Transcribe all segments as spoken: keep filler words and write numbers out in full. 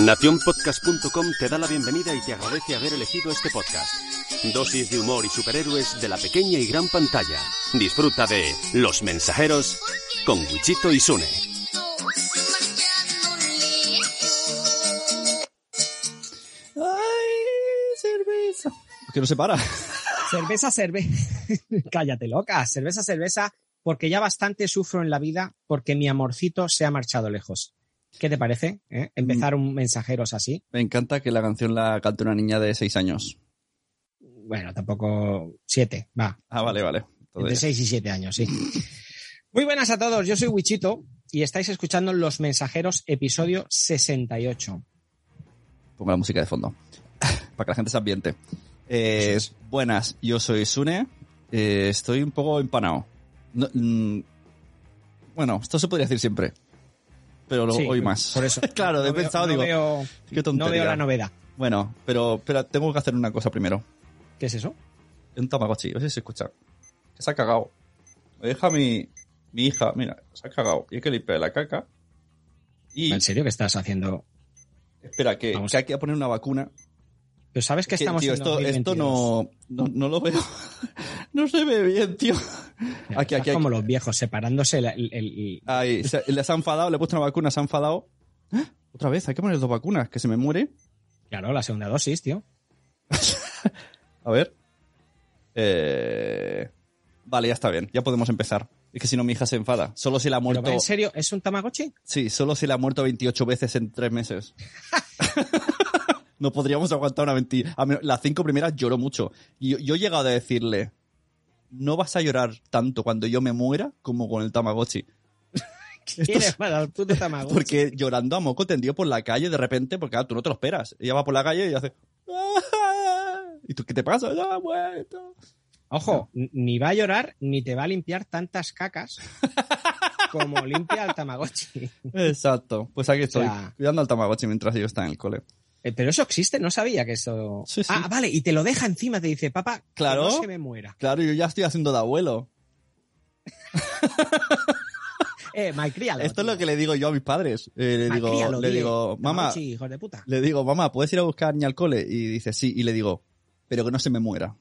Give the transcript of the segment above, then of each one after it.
Nación Podcast punto com te da la bienvenida y te agradece haber elegido este podcast. Dosis de humor y superhéroes de la pequeña y gran pantalla. Disfruta de Los Mensajeros con Wichito y Sune. ¡Ay, cerveza! ¿Por qué no se para? Cerveza, cerveza. Cállate, loca. Cerveza, cerveza, porque ya bastante sufro en la vida porque mi amorcito se ha marchado lejos. ¿Qué te parece? ¿Eh? Empezar un mensajeros así. Me encanta que la canción la cante una niña de seis años. Bueno, tampoco siete, va. Ah, vale, vale. Entonces... Entre seis y siete años, sí. Muy buenas a todos, yo soy Wichito y estáis escuchando Los Mensajeros, episodio sesenta y ocho. Pongo la música de fondo, para que la gente se ambiente. Eh, es. Buenas, yo soy Sune, eh, estoy un poco empanado. No, mm, bueno, esto se podría decir siempre. Pero lo, sí, hoy más. Por eso. Claro, no he veo, pensado, no digo, veo, qué tontería. No veo la novedad. Bueno, pero, pero tengo que hacer una cosa primero. ¿Qué es eso? Un Tamagotchi, a ver si se escucha. Que se ha cagado. Me deja mi, mi hija, mira, se ha cagado. Y hay que limpiar la caca. Y... ¿En serio que estás haciendo? Espera, que, que hay que poner una vacuna. Pero sabes que, que estamos tío, en esto, esto no, no, no lo veo. No se ve bien, tío. Ya, aquí, aquí, como aquí. Los viejos, separándose el... el, el... Ahí, se, les ha enfadado, le he puesto una vacuna, se ha enfadado. ¿Eh? Otra vez, hay que poner dos vacunas, que se me muere. Claro, la segunda dosis, tío. A ver. Eh... Vale, ya está bien, ya podemos empezar. Es que si no mi hija se enfada. Solo si la ha muerto... ¿Pero en serio? ¿Es un Tamagotchi? Sí, solo si la ha muerto veintiocho veces en tres meses. No podríamos aguantar una veinte... Las cinco primeras lloró mucho. Y yo, yo he llegado a decirle, no vas a llorar tanto cuando yo me muera como con el Tamagotchi. ¿Quién es para el puto Tamagotchi? Porque llorando a moco tendido por la calle de repente, porque ah, tú no te lo esperas. Ella va por la calle y hace... ¿Y tú qué te pasa? ¡Ya ha muerto! Ojo, no. Ni va a llorar ni te va a limpiar tantas cacas como limpia el Tamagotchi. Exacto. Pues aquí estoy, o sea, cuidando al Tamagotchi mientras yo está en el cole. Eh, pero eso existe, no sabía que eso... Sí, sí. Ah, vale, y te lo deja encima, te dice, papá, claro, que no se me muera. Claro, yo ya estoy haciendo de abuelo. eh, malcríalo. Esto tío. es lo que le digo yo a mis padres. Eh, le digo, le digo, mamá, hijos de puta. Le digo, mamá, ¿puedes ir a buscar a niña al cole? Y dice, sí, y le digo, pero que no se me muera.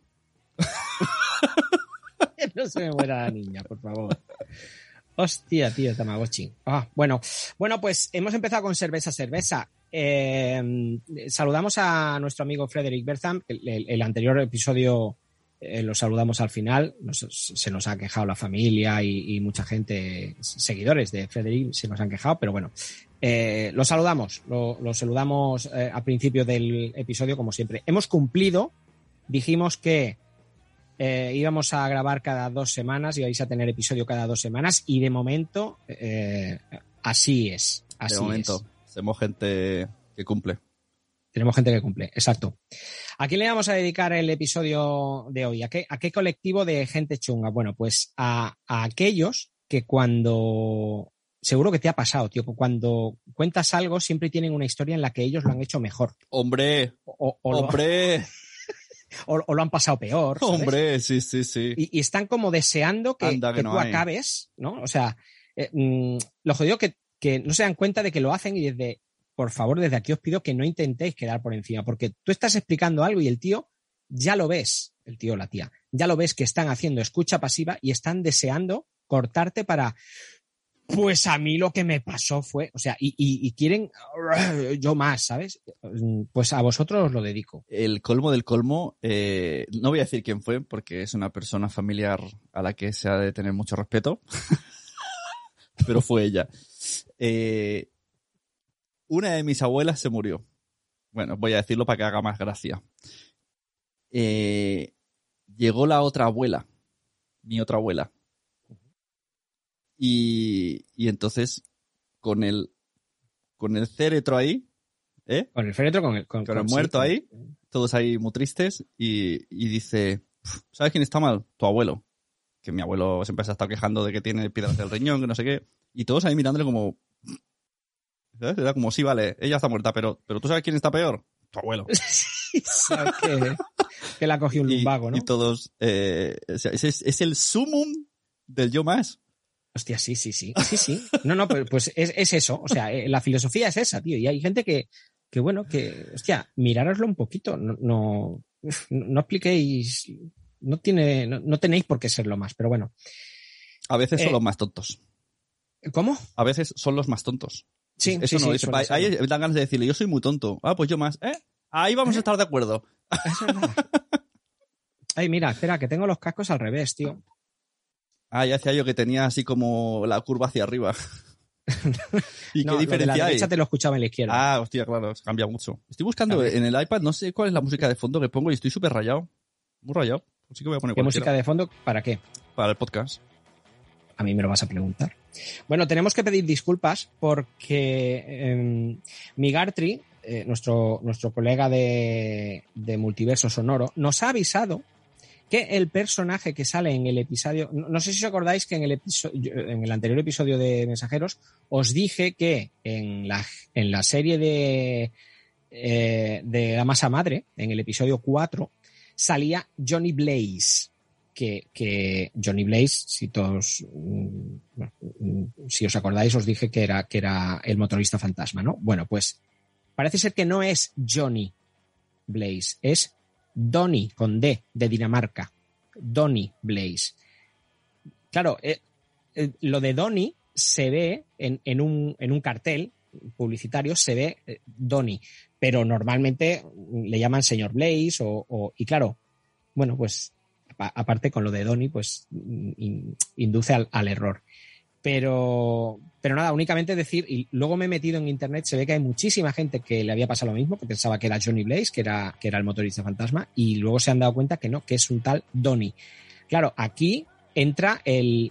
Que no se me muera la niña, por favor. Hostia, tío, Tamagotchi. Ah, bueno, bueno, pues hemos empezado con cerveza, cerveza. Eh, saludamos a nuestro amigo Frederick Bertham. El, el, el anterior episodio eh, lo saludamos al final. Nos, se nos ha quejado la familia y, y mucha gente, seguidores de Frederick, se nos han quejado, pero bueno. Eh, lo saludamos, lo, lo saludamos eh, al principio del episodio, como siempre. Hemos cumplido, dijimos que Eh, íbamos a grabar cada dos semanas y vais a tener episodio cada dos semanas y de momento eh, así es. Así de momento, es. Somos gente que cumple. Tenemos gente que cumple, exacto. ¿A quién le vamos a dedicar el episodio de hoy? ¿A qué, a qué colectivo de gente chunga? Bueno, pues a, a aquellos que cuando... Seguro que te ha pasado, tío, cuando cuentas algo siempre tienen una historia en la que ellos lo han hecho mejor. ¡Hombre! O, o ¡Hombre! Lo... O, o lo han pasado peor. ¿sabes? Hombre, sí, sí, sí. Y, y están como deseando que, Anda, que, que no tú hay. acabes, ¿no? O sea, eh, mmm, lo jodido que, que no se dan cuenta de que lo hacen y desde, por favor, desde aquí os pido que no intentéis quedar por encima, porque tú estás explicando algo y el tío ya lo ves, el tío o la tía, ya lo ves que están haciendo escucha pasiva y están deseando cortarte para... Pues a mí lo que me pasó fue, o sea, y, y, y quieren yo más, ¿sabes? Pues a vosotros os lo dedico. El colmo del colmo, eh, no voy a decir quién fue, porque es una persona familiar a la que se ha de tener mucho respeto, pero fue ella. Eh, una de mis abuelas se murió. Bueno, voy a decirlo para que haga más gracia. Eh, llegó la otra abuela, mi otra abuela. Y, y entonces, con el, con el féretro ahí, ¿eh? Con el féretro, con el, con, con con el muerto sí, ahí, con... todos ahí muy tristes, y, y dice, ¿sabes quién está mal? Tu abuelo. Que mi abuelo siempre se ha estado quejando de que tiene piedras del riñón, que no sé qué. Y todos ahí mirándole como... ¿sabes? Era como, sí, vale, ella está muerta, pero, pero ¿tú sabes quién está peor? Tu abuelo. ¿Sabes que, que la cogió un lumbago, y, no? Y todos... Eh, o sea, es, es el sumum del yo más. Hostia, sí, sí, sí, sí, sí. No, no, pues es, es eso. O sea, la filosofía es esa, tío. Y hay gente que, que bueno, que, hostia, mirároslo un poquito, no, no, no expliquéis, no tiene, no, no tenéis por qué serlo más, pero bueno. A veces son Eh, los más tontos. ¿Cómo? A veces son los más tontos. Sí, Eso sí, no sí, dice. suele Ahí serlo. dan ganas de decirle, yo soy muy tonto. Ah, pues yo más. ¿Eh? Ahí vamos ¿Eh? a estar de acuerdo. Es verdad. Ay, mira, espera, que tengo los cascos al revés, tío. Ah, ya hacía yo que tenía así como la curva hacia arriba. ¿Y No, qué lo de la diferencia hay? derecha te lo escuchaba en la izquierda. Ah, hostia, claro, cambia mucho. Estoy buscando Cambia. en el iPad, no sé cuál es la música de fondo que pongo y estoy súper rayado. Muy rayado. Así que voy a poner ¿Qué cualquiera música de fondo? ¿Para qué? para el podcast. A mí me lo vas a preguntar. Bueno, tenemos que pedir disculpas porque eh, Migartri, eh, nuestro, nuestro colega de, de Multiverso Sonoro, nos ha avisado que el personaje que sale en el episodio, no, no sé si os acordáis que en el, episodio, en el anterior episodio de Mensajeros os dije que en la, en la serie de, eh, de La Masa Madre, en el episodio cuatro, salía Johnny Blaze. Que, que Johnny Blaze, si todos, si os acordáis, os dije que era, que era el motorista fantasma, ¿no? Bueno, pues parece ser que no es Johnny Blaze, es Donny, con D, de Dinamarca. Donny Blaze. Claro, eh, eh, lo de Donny se ve en, en, un, en un cartel publicitario, se ve eh, Donny, pero normalmente le llaman señor Blaze o, o y claro, bueno, pues aparte con lo de Donny, pues in, induce al, al error. Pero, pero nada, únicamente decir, y luego me he metido en internet, se ve que hay muchísima gente que le había pasado lo mismo, que pensaba que era Johnny Blaze, que era, que era el motorista fantasma, y luego se han dado cuenta que no, que es un tal Donny. Claro, aquí entra el,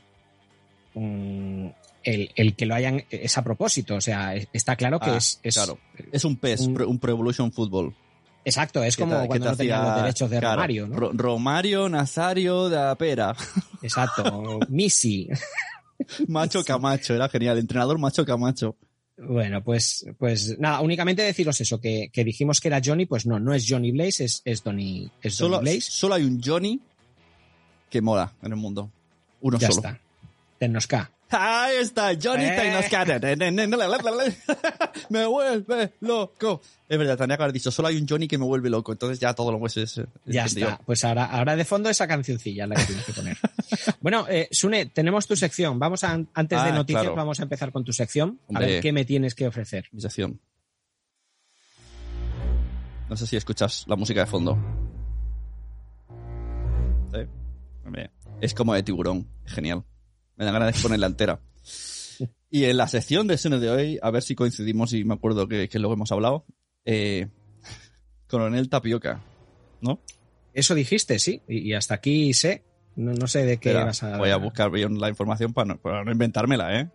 el, el que lo hayan, es a propósito, o sea, está claro que Ah, es, es... claro. Es un P E S, un, un Pro Evolution Football. Exacto, es Que como te- cuando que te no tenían hacía- los derechos de claro, Romario, ¿no? Ro- Romario Nazario de la Pera. Exacto, Missy. Macho Camacho, era genial. Entrenador Macho Camacho. Bueno, pues, pues nada, únicamente deciros eso, que, que dijimos que era Johnny, pues no, no es Johnny Blaze, es, es Donny, es Donny Solo, Blaze. solo hay un Johnny que mola en el mundo. Uno Ya solo. está. Tennosca. Ahí está, Johnny Eh. Tainosca. Me vuelve loco. Es verdad, tendría que haber dicho, solo hay un Johnny que me vuelve loco. Entonces ya todo lo es, es Ya entendido. está. Pues ahora, ahora de fondo esa cancioncilla es la que tienes que poner. Bueno, eh, Sune, tenemos tu sección. Vamos a, antes de Ah, noticias, claro. vamos a empezar con tu sección. A Hombre. ver qué me tienes que ofrecer. Mi sección. No sé si escuchas la música de fondo. ¿Sí? Hombre, es como de tiburón. Es genial. Me da ganas de ponerla entera. Y en la sección de Sune de hoy, a ver si coincidimos y me acuerdo que, que luego hemos hablado. Eh, Coronel Tapioca, ¿no? Eso dijiste, sí. Y, y hasta aquí sé. No, no sé de qué Espera, vas a... voy a buscar bien la información para no, para no inventármela, ¿eh?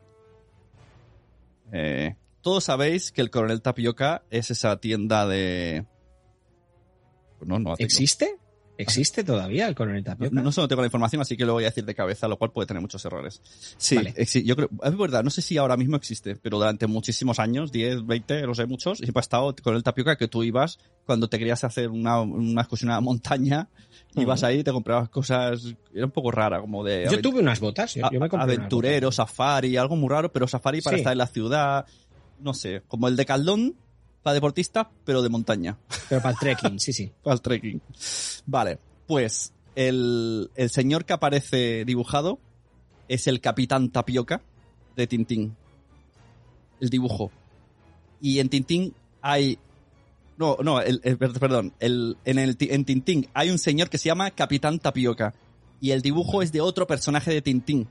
¿eh? Todos sabéis que el Coronel Tapioca es esa tienda de... Pues no, no la tengo. ¿Existe? ¿Existe todavía el Coronel Tapioca? No, no solo tengo la información, así que lo voy a decir de cabeza, lo cual puede tener muchos errores. Sí, Vale. exi- yo creo, es verdad, no sé si ahora mismo existe, pero durante muchísimos años, diez, veinte, no sé, muchos, siempre ha estado con el Tapioca que tú ibas cuando te querías hacer una, una excursión a la montaña, ibas Ujú. ahí, te comprabas cosas, era un poco rara, como de... Yo aven- tuve unas botas. Yo, yo me compré unas aventurero, botas. safari, algo muy raro, pero safari para Sí. estar en la ciudad, no sé, como el de Caldón para deportistas, pero de montaña. Pero para el trekking, sí, sí. Para el trekking. Vale, pues el, el señor que aparece dibujado es el Capitán Tapioca de Tintín. El dibujo. Y en Tintín hay... No, no, el, el- perdón. El, en, el, en Tintín hay un señor que se llama Capitán Tapioca. Y el dibujo es de otro personaje de Tintín.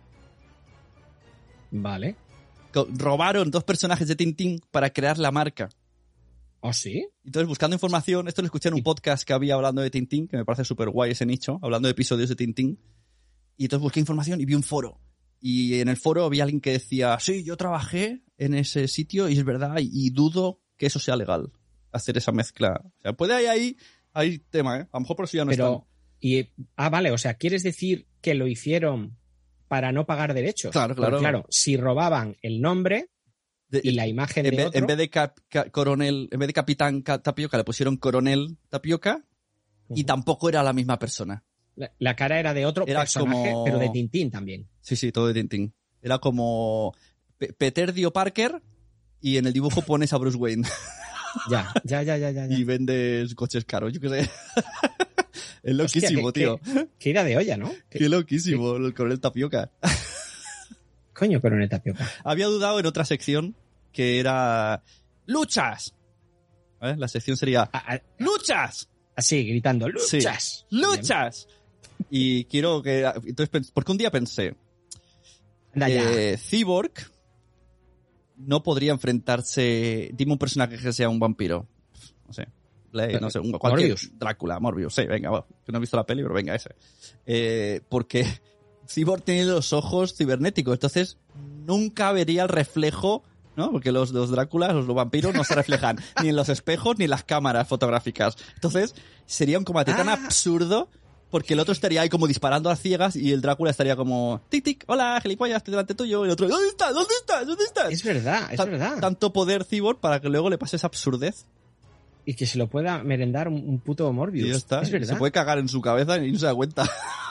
Vale. Co- Robaron dos personajes de Tintín para crear la marca. ¿Oh, sí? Entonces, buscando información, esto lo escuché en un podcast que había hablando de Tintín, que me parece súper guay ese nicho, hablando de episodios de Tintín. Y entonces busqué información y vi un foro. Y en el foro había alguien que decía, sí, yo trabajé en ese sitio y es verdad, y, y dudo que eso sea legal, hacer esa mezcla. O sea, puede hay ahí, hay tema, ¿eh? A lo mejor por eso ya no Pero, están. y, ah, vale, o sea, ¿quieres decir que lo hicieron para no pagar derechos? Claro, Porque, claro. claro, si robaban el nombre De- y la imagen en, de vez, otro... en vez de cap- ca- coronel, en vez de Capitán Ca- Tapioca, le pusieron Coronel Tapioca y Ujú. tampoco era la misma persona. la, la cara era de otro Era personaje, como- pero de Tintín también. Sí, sí, todo de Tintín. Era como Pe- Peter Dio Parker y en el dibujo pones a Bruce Wayne. Ya, ya, ya, ya, ya. y vendes coches caros, yo qué sé. Es loquísimo, Hostia, tío. que, que, que ira de olla, ¿no? Qué Que, loquísimo el coronel Tapioca. coño, coronel Tapioca. Había dudado en otra sección que era ¡luchas! ¿Eh? La sección sería A, a, ¡luchas! así, gritando, ¡luchas! Sí. ¡Luchas! Bien. Y quiero que... Entonces, porque un día pensé, Anda ya. eh, Cyborg no podría enfrentarse... Dime un personaje que sea un vampiro. No sé. Blade, no sé, un, cualquier... Morbius. Drácula, Morbius, sí, venga, bueno, que no he visto la peli, pero venga, ese. Eh, porque Cyborg tiene los ojos cibernéticos, entonces nunca vería el reflejo, ¿no? Porque los, los Dráculas, los, los vampiros no se reflejan ni en los espejos ni en las cámaras fotográficas. Entonces sería un combate tan Ah. absurdo porque el otro estaría ahí como disparando a ciegas y el Drácula estaría como tic tic, hola, gilipollas, estoy delante tuyo, y el otro, ¿dónde estás? ¿Dónde estás? ¿Dónde estás? Es verdad, es Ta- verdad. Tanto poder Cyborg para que luego le pase esa absurdez. Y que se lo pueda merendar un, un puto Morbius. Y ya está. Es verdad. Se puede cagar en su cabeza y no se da cuenta.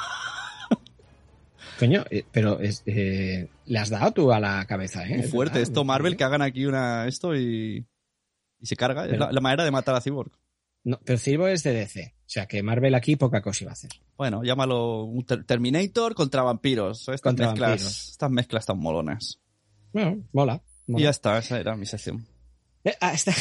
Coño, eh, pero es, eh, le has dado tú a la cabeza, ¿eh? Muy Es fuerte. verdad, Esto muy Marvel fuerte. que hagan aquí una esto y, y se carga. Pero- es la, la manera de matar a Cyborg. No, pero Cyborg es de D C. O sea que Marvel aquí poca cosa iba a hacer. Bueno, llámalo un ter- Terminator contra vampiros. Estas Contra mezclas, vampiros. estas mezclas tan molonas. Bueno, mola. mola. Y ya está, esa era mi sección. Eh, ah, está.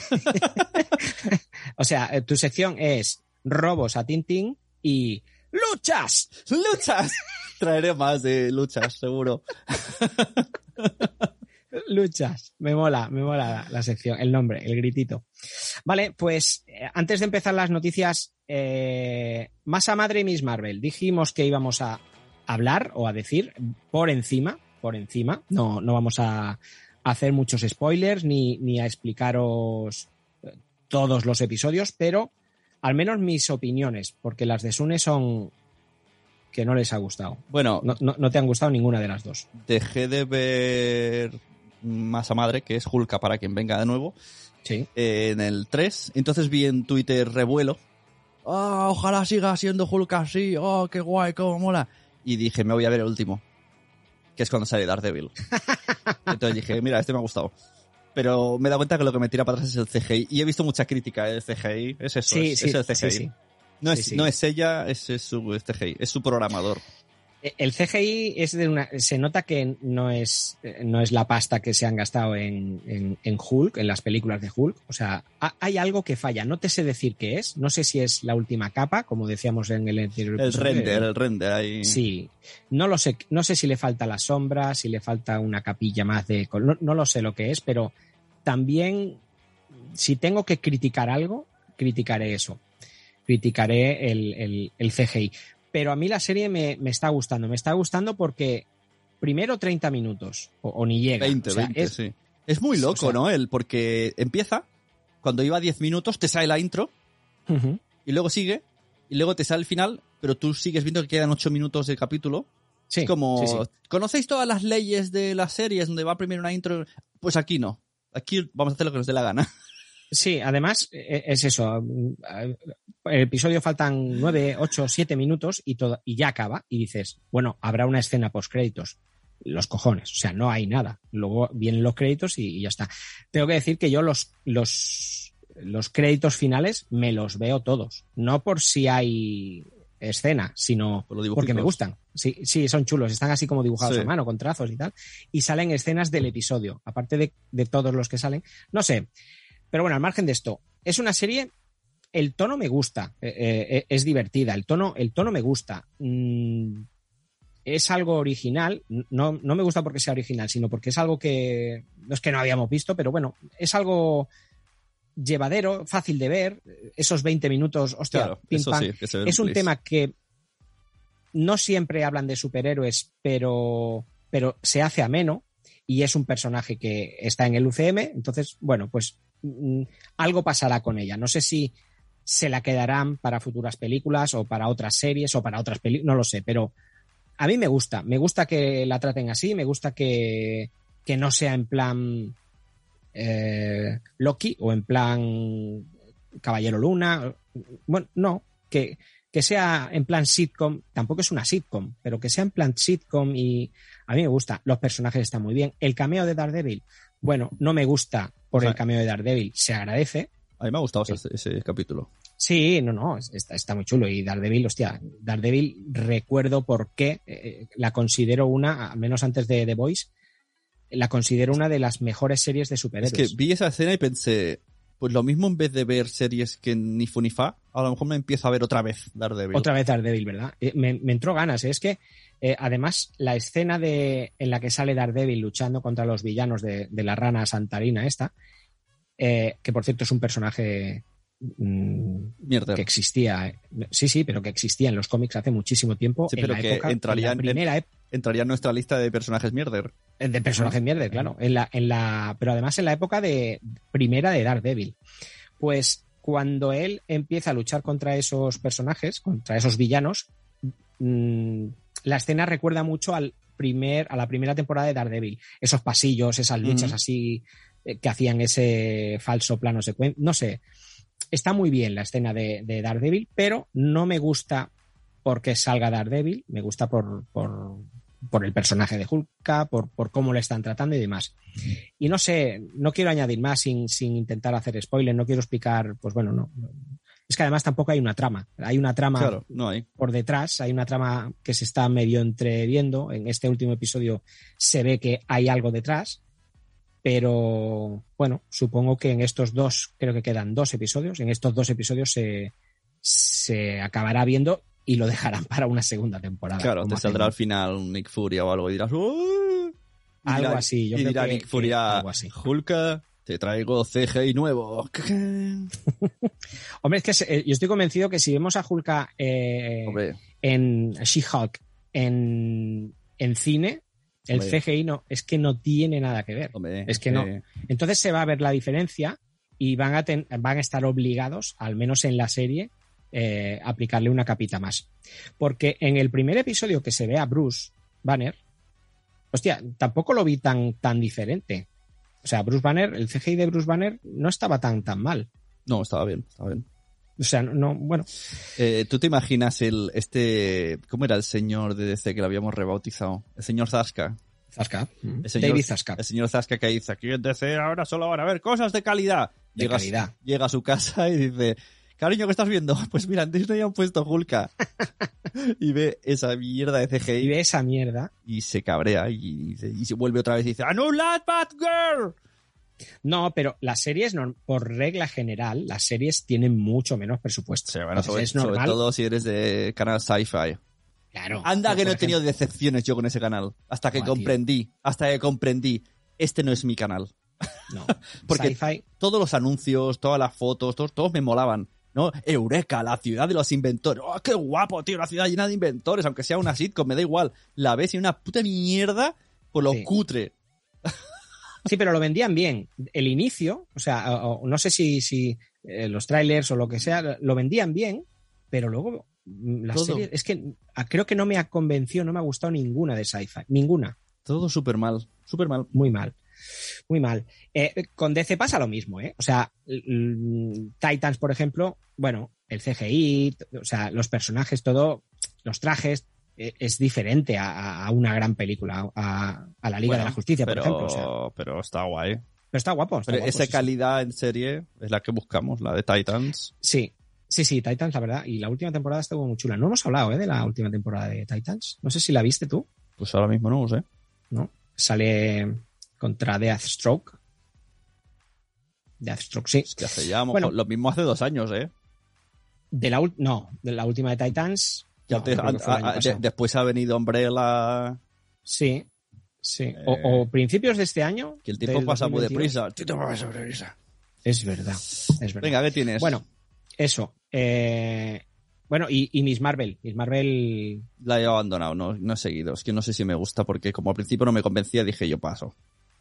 O sea, eh, tu sección es robos a Tintín y luchas. ¡Luchas! Traeré más de luchas, seguro. Luchas. Me mola, me mola la, la sección, el nombre, el gritito. Vale, pues eh, antes de empezar las noticias, eh, Masa Madre y Miss Marvel. Dijimos que íbamos a hablar o a decir por encima, por encima. No, no vamos a hacer muchos spoilers ni, ni a explicaros eh, todos los episodios, pero al menos mis opiniones, porque las de Sune son que no les ha gustado. Bueno, No, no, no te han gustado ninguna de las dos. dejé de ver Masa Madre, que es Hulka para quien venga de nuevo, Sí. eh, en el tres. Entonces vi en Twitter revuelo. ¡Ah, ojalá siga siendo Hulk así! ¡Oh, qué guay, cómo mola! Y dije, me voy a ver el último, que es cuando sale Daredevil. Entonces dije, mira, este me ha gustado. Pero me he dado cuenta que lo que me tira para atrás es el C G I. Y he visto mucha crítica del C G I. Es eso, Sí, es, sí, es el C G I. sí, sí. No, Sí, es, sí. no es ella, es, es su C G I, es su programador. El C G I es de una, se nota que no es, no es la pasta que se han gastado en, en, en Hulk, en las películas de Hulk. O sea, ha, hay algo que falla. No te sé decir qué es. No sé si es la última capa, como decíamos en el anterior El episodio. render, el render ahí. Sí. No lo sé. No sé si le falta la sombra, si le falta una capilla más de... No, no lo sé lo que es, pero también, si tengo que criticar algo, criticaré eso. Criticaré el, el, el C G I. Pero a mí la serie me, me está gustando. Me está gustando porque primero treinta minutos, o, o ni llega. veinte, O sea, veinte, es, sí. Es muy loco, o sea- ¿no? El, porque empieza, cuando iba a diez minutos, te sale la intro, Ujú. y luego sigue, y luego te sale el final, pero tú sigues viendo que quedan ocho minutos de capítulo. Sí, Es como, sí, sí. ¿conocéis todas las leyes de las series donde va primero una intro? Pues aquí no. Aquí vamos a hacer lo que nos dé la gana. Sí, además eh, es eso. El episodio faltan nueve, ocho, siete minutos y, todo, y ya acaba. Y dices, bueno, habrá una escena post créditos. Los cojones, o sea, no hay nada. Luego vienen los créditos y, y ya está. Tengo que decir que yo los, los, los créditos finales me los veo todos. No por si hay escena, sino Por los porque me dibujitos. gustan. Sí, sí, son chulos, están así como dibujados Sí. a mano, con trazos y tal. Y salen escenas del episodio, aparte de, de todos los que salen. No sé, pero bueno, al margen de esto, es una serie, el tono me gusta, eh, eh, es divertida, el tono, el tono me gusta. Mm, es algo original, no, no me gusta porque sea original, sino porque es algo que no es que no habíamos visto, pero bueno, es algo llevadero, fácil de ver, esos veinte minutos, hostia, Claro, pim, eso pam. sí, que se ve en Es un Netflix. tema que no siempre hablan de superhéroes, pero, pero se hace ameno y es un personaje que está en el U C M, entonces, bueno, pues mm, algo pasará con ella. No sé si se la quedarán para futuras películas o para otras series o para otras películas, no lo sé, pero a mí me gusta, me gusta que la traten así, me gusta que, que no sea en plan eh, Loki o en plan Caballero Luna, bueno, no, que, que sea en plan sitcom, tampoco es una sitcom, pero que sea en plan sitcom y a mí me gusta, los personajes están muy bien, el cameo de Daredevil, bueno, no me gusta por o sea, el cameo de Daredevil se agradece. A mí me ha gustado Sí. ese, ese capítulo. Sí, no, no, está, está muy chulo. Y Daredevil, hostia, Daredevil recuerdo por qué eh, la considero una, al menos antes de The Voice, la considero una de las mejores series de superhéroes. Es que vi esa escena y pensé, pues lo mismo en vez de ver series que ni fu ni fa, a lo mejor me empiezo a ver otra vez Daredevil. Otra vez Daredevil, ¿verdad? Eh, me, me entró ganas. ¿eh? Es que, eh, además, la escena de, en la que sale Daredevil luchando contra los villanos de, de la rana santarina esta, eh, que por cierto es un personaje mmm, Mierda. que existía. eh. Sí, sí, pero que existía en los cómics hace muchísimo tiempo. Sí, en pero la que época, entraría en la en- primera época. Entraría en nuestra lista de personajes mierder. De personajes mierda, claro. En la, en la, pero además en la época de primera de Daredevil. Pues cuando él empieza a luchar contra esos personajes, contra esos villanos, mmm, la escena recuerda mucho al primer, a la primera temporada de Daredevil. Esos pasillos, esas luchas Ujú. así eh, que hacían ese falso plano secuencia. No sé. Está muy bien la escena de, de Daredevil, pero no me gusta porque salga Daredevil. Me gusta por, por, por el personaje de Hulka, por, por cómo le están tratando y demás. Y no sé, no quiero añadir más sin, sin intentar hacer spoiler, no quiero explicar, pues bueno, no. no. Es que además tampoco hay una trama. Hay una trama Claro, no hay. por detrás, hay una trama que se está medio entreviendo. En este último episodio se ve que hay algo detrás, pero bueno, supongo que en estos dos, creo que quedan dos episodios, en estos dos episodios se, se acabará viendo y lo dejarán para una segunda temporada. Claro, como te saldrá hacen- al final un Nick Fury o algo y dirás ¡Uh! Y Algo dirá- así, yo y creo dirá que- Nick Fury que a algo así. Hulka, te traigo C G I nuevo. Hombre, es que se- eh, yo estoy convencido que si vemos a Hulka eh, Hombre, en She-Hulk en, en cine, el Hombre. C G I no, es que no tiene nada que ver. hombre, Es que no. eh, Entonces se va a ver la diferencia y van a, ten- van a estar obligados, al menos en la serie, eh, aplicarle una capita más. Porque en el primer episodio que se ve a Bruce Banner, hostia, tampoco lo vi tan, tan diferente. O sea, Bruce Banner, el C G I de Bruce Banner no estaba tan, tan mal. No, estaba bien, estaba bien. O sea, no, no bueno, Eh, ¿Tú te imaginas el este cómo era el señor de D C que lo habíamos rebautizado? El señor Zasca. Zasca. El señor, David Zasca. El señor Zasca que dice, aquí en D C ahora solo van a ver cosas de calidad. De llega, calidad. llega a su casa y dice, cariño, ¿qué estás viendo? Pues mira, en Disney han puesto Hulka. Y ve esa mierda de C G I Y ve esa mierda. y se cabrea y, dice- y se vuelve otra vez y dice, ¡Anulad Batgirl! No, pero las series, no- por regla general, las series tienen mucho menos presupuesto. Sí, bueno, Entonces sobre, es sobre normal. todo si eres de canal Sci-Fi. Claro. Anda Por que no he ejemplo, tenido decepciones yo con ese canal. Hasta que Buah, tío. comprendí, hasta que comprendí, este no es mi canal. No. Porque Sci-Fi. todos los anuncios, todas las fotos, todos, todos me molaban. ¿No? Eureka, la ciudad de los inventores. ¡Oh, qué guapo, tío! Una ciudad llena de inventores, aunque sea una sitcom, me da igual. La ves y una puta mierda por lo Sí. cutre. Sí, pero lo vendían bien. El inicio, o sea, o- o no sé si, si eh, los trailers o lo que sea, lo vendían bien, pero luego mm, la Todo. serie, es que ah, creo que no me ha convencido, no me ha gustado ninguna de Sci-Fi. Ninguna. Todo súper mal, súper mal. Muy mal. Muy mal. Eh, con D C pasa lo mismo, ¿eh? O sea, mm, Titans, por ejemplo, bueno, el C G I, t- o sea, los personajes, todo, los trajes, eh, es diferente a, a una gran película, a, a la Liga Bueno, de la Justicia, pero, por ejemplo. O sea, pero está guay. pero está guapo. Está Pero guapo, esa sí, sí. calidad en serie es la que buscamos, la de Titans. Sí, sí, sí, Titans, la verdad. Y la última temporada estuvo muy chula. No hemos hablado, ¿eh? De la última temporada de Titans. No sé si la viste tú, Pues ahora mismo no lo sé. ¿no? Sale contra Deathstroke. Deathstroke, sí. Es que hace ya, a lo Bueno. mejor- lo mismo hace dos años, ¿eh? De la ul- no, de la última de Titans. Que no, antes- creo que fue el año a- a- de- pasado. después ha venido Umbrella, Sí, sí. Eh, O, o principios de este año. que el tiempo del pasa muy dos mil veintidós. deprisa. El tiempo pasa muy deprisa. Es verdad, es verdad. Venga, ¿qué tienes? Bueno, eso. eh, bueno, y, y Miss Marvel. Miss Marvel. La he abandonado, no, no he seguido. Es que no sé si me gusta porque como al principio no me convencía, dije yo paso.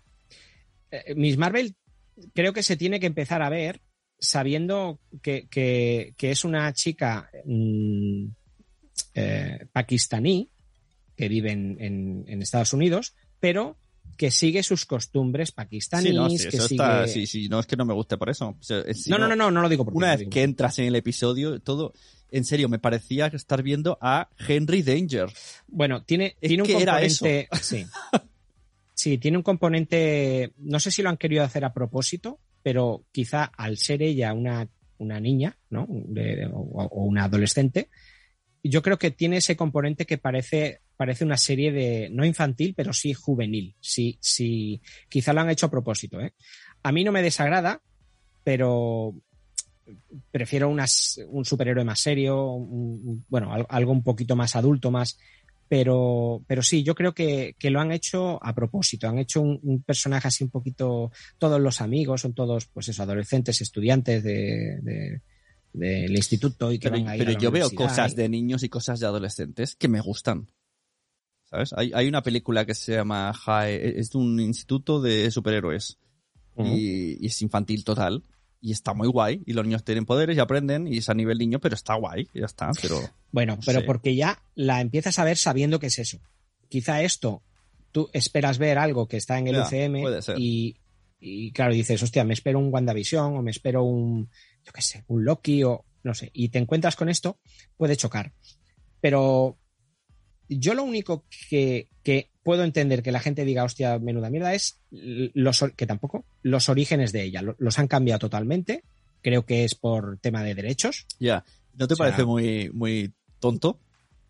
eh, Miss Marvel creo que se tiene que empezar a ver sabiendo que, que- que es una chica mm, eh, pakistaní que vive en, en- en Estados Unidos, pero que sigue sus costumbres pakistaníes. Sí, no, sí, que eso sigue... está, sí, sí, no es que no me guste por eso. O sea, es- no, no, sino- no, no, no lo digo por ti, Una no lo vez digo que por ti. entras en el episodio, todo, en serio, me parecía estar viendo a Henry Danger. Bueno, tiene, Es tiene un que era componente. Sí. Sí, tiene un componente, no sé si lo han querido hacer a propósito, pero quizá al ser ella una, una niña, ¿no? De, o, o una adolescente, yo creo que tiene ese componente que parece, parece una serie de, no infantil, pero sí juvenil. Sí, sí, quizá lo han hecho a propósito, ¿eh? A mí no me desagrada, pero prefiero unas, un superhéroe más serio, un, bueno, algo un poquito más adulto, más... Pero, pero sí, yo creo que, que lo han hecho a propósito. Han hecho un, un personaje así un poquito... Todos los amigos son todos, pues eso, adolescentes, estudiantes de, de, del instituto y que pero, van a ir pero a la yo veo universidad cosas y... de niños y cosas de adolescentes que me gustan. ¿Sabes? Hay, hay una película que se llama High... Es de un instituto de superhéroes. Uh-huh. y, y es infantil total. Y está muy guay. Y los niños tienen poderes y aprenden. Y es a nivel niño, pero está guay. Y ya está, pero... Bueno, pero sí. Porque ya la empiezas a ver sabiendo que es eso. Quizá esto, tú esperas ver algo que está en el ya, U C M puede ser. Y, y claro, dices, hostia, me espero un WandaVision o me espero un, yo qué sé, un Loki o no sé. Y te encuentras con esto, puede chocar. Pero yo lo único que, que puedo entender que la gente diga, hostia, menuda mierda, es los, que tampoco, los orígenes de ella. Los han cambiado totalmente. Creo que es por tema de derechos. Ya. Yeah. ¿No te o sea, parece muy, muy tonto? O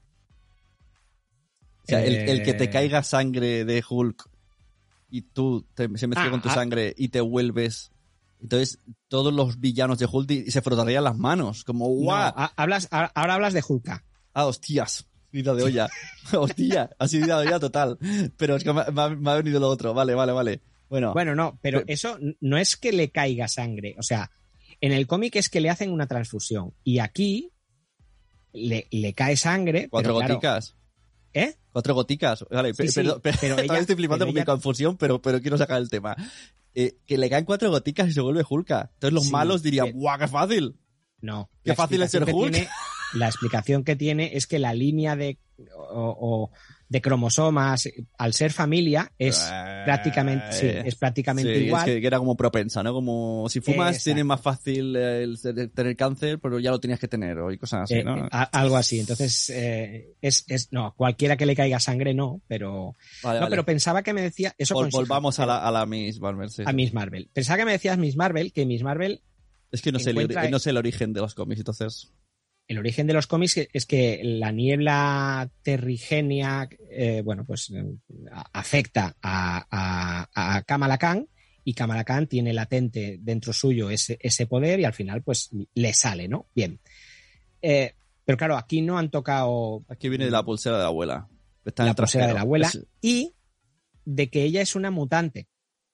sea, eh... el, el que te caiga sangre de Hulk y tú te, se mezcla ah, con tu ah, sangre y te vuelves... Entonces, todos los villanos de Hulk y, y se frotarían las manos. Como, ¡guau! No, hablas, ahora hablas de Hulka. Ah, hostias. Vida de olla. Hostia, ha sido vida de olla total. Pero es que me, me, me ha venido lo otro. Vale, vale, vale. Bueno, bueno no, pero, pero eso no es que le caiga sangre. O sea, en el cómic es que le hacen una transfusión. Y aquí le, le cae sangre. Cuatro pero goticas. Claro, ¿eh? Cuatro goticas. Vale, sí, perdón, sí, pero, pero ella, estoy flipando pero con ella... mi confusión, pero, pero quiero sacar el tema. Eh, que le caen cuatro goticas y se vuelve Hulka. Entonces los sí, malos dirían, pero... ¡guau, qué fácil! No. ¡Qué fácil es ser Hulk! Tiene, la explicación que tiene es que la línea de, o, o de cromosomas, al ser familia, es eh, prácticamente, sí, es prácticamente sí, igual. Es que era como propensa, ¿no? Como si fumas Exacto. Tienes más fácil el tener cáncer, pero ya lo tenías que tener, o y cosas así, ¿no? Eh, a, algo así. Entonces, eh, es, es, no, cualquiera que le caiga sangre, no, pero, vale, no, vale. pero pensaba que me decía, eso Vol, Volvamos a la, a la Miss Marvel, sí. A Miss Marvel. Pensaba que me decías Miss Marvel, que Miss Marvel... Es que no sé, el, no sé el origen de los cómics, entonces... El origen de los cómics es que la niebla terrigenia, eh, bueno, pues eh, afecta a, a, a Kamala Khan y Kamala Khan tiene latente dentro suyo ese, ese poder y al final pues le sale, ¿no? Bien. Eh, pero claro, aquí no han tocado... Aquí viene la pulsera de la abuela. Está en la el pulsera de la abuela es... y de que ella es una mutante.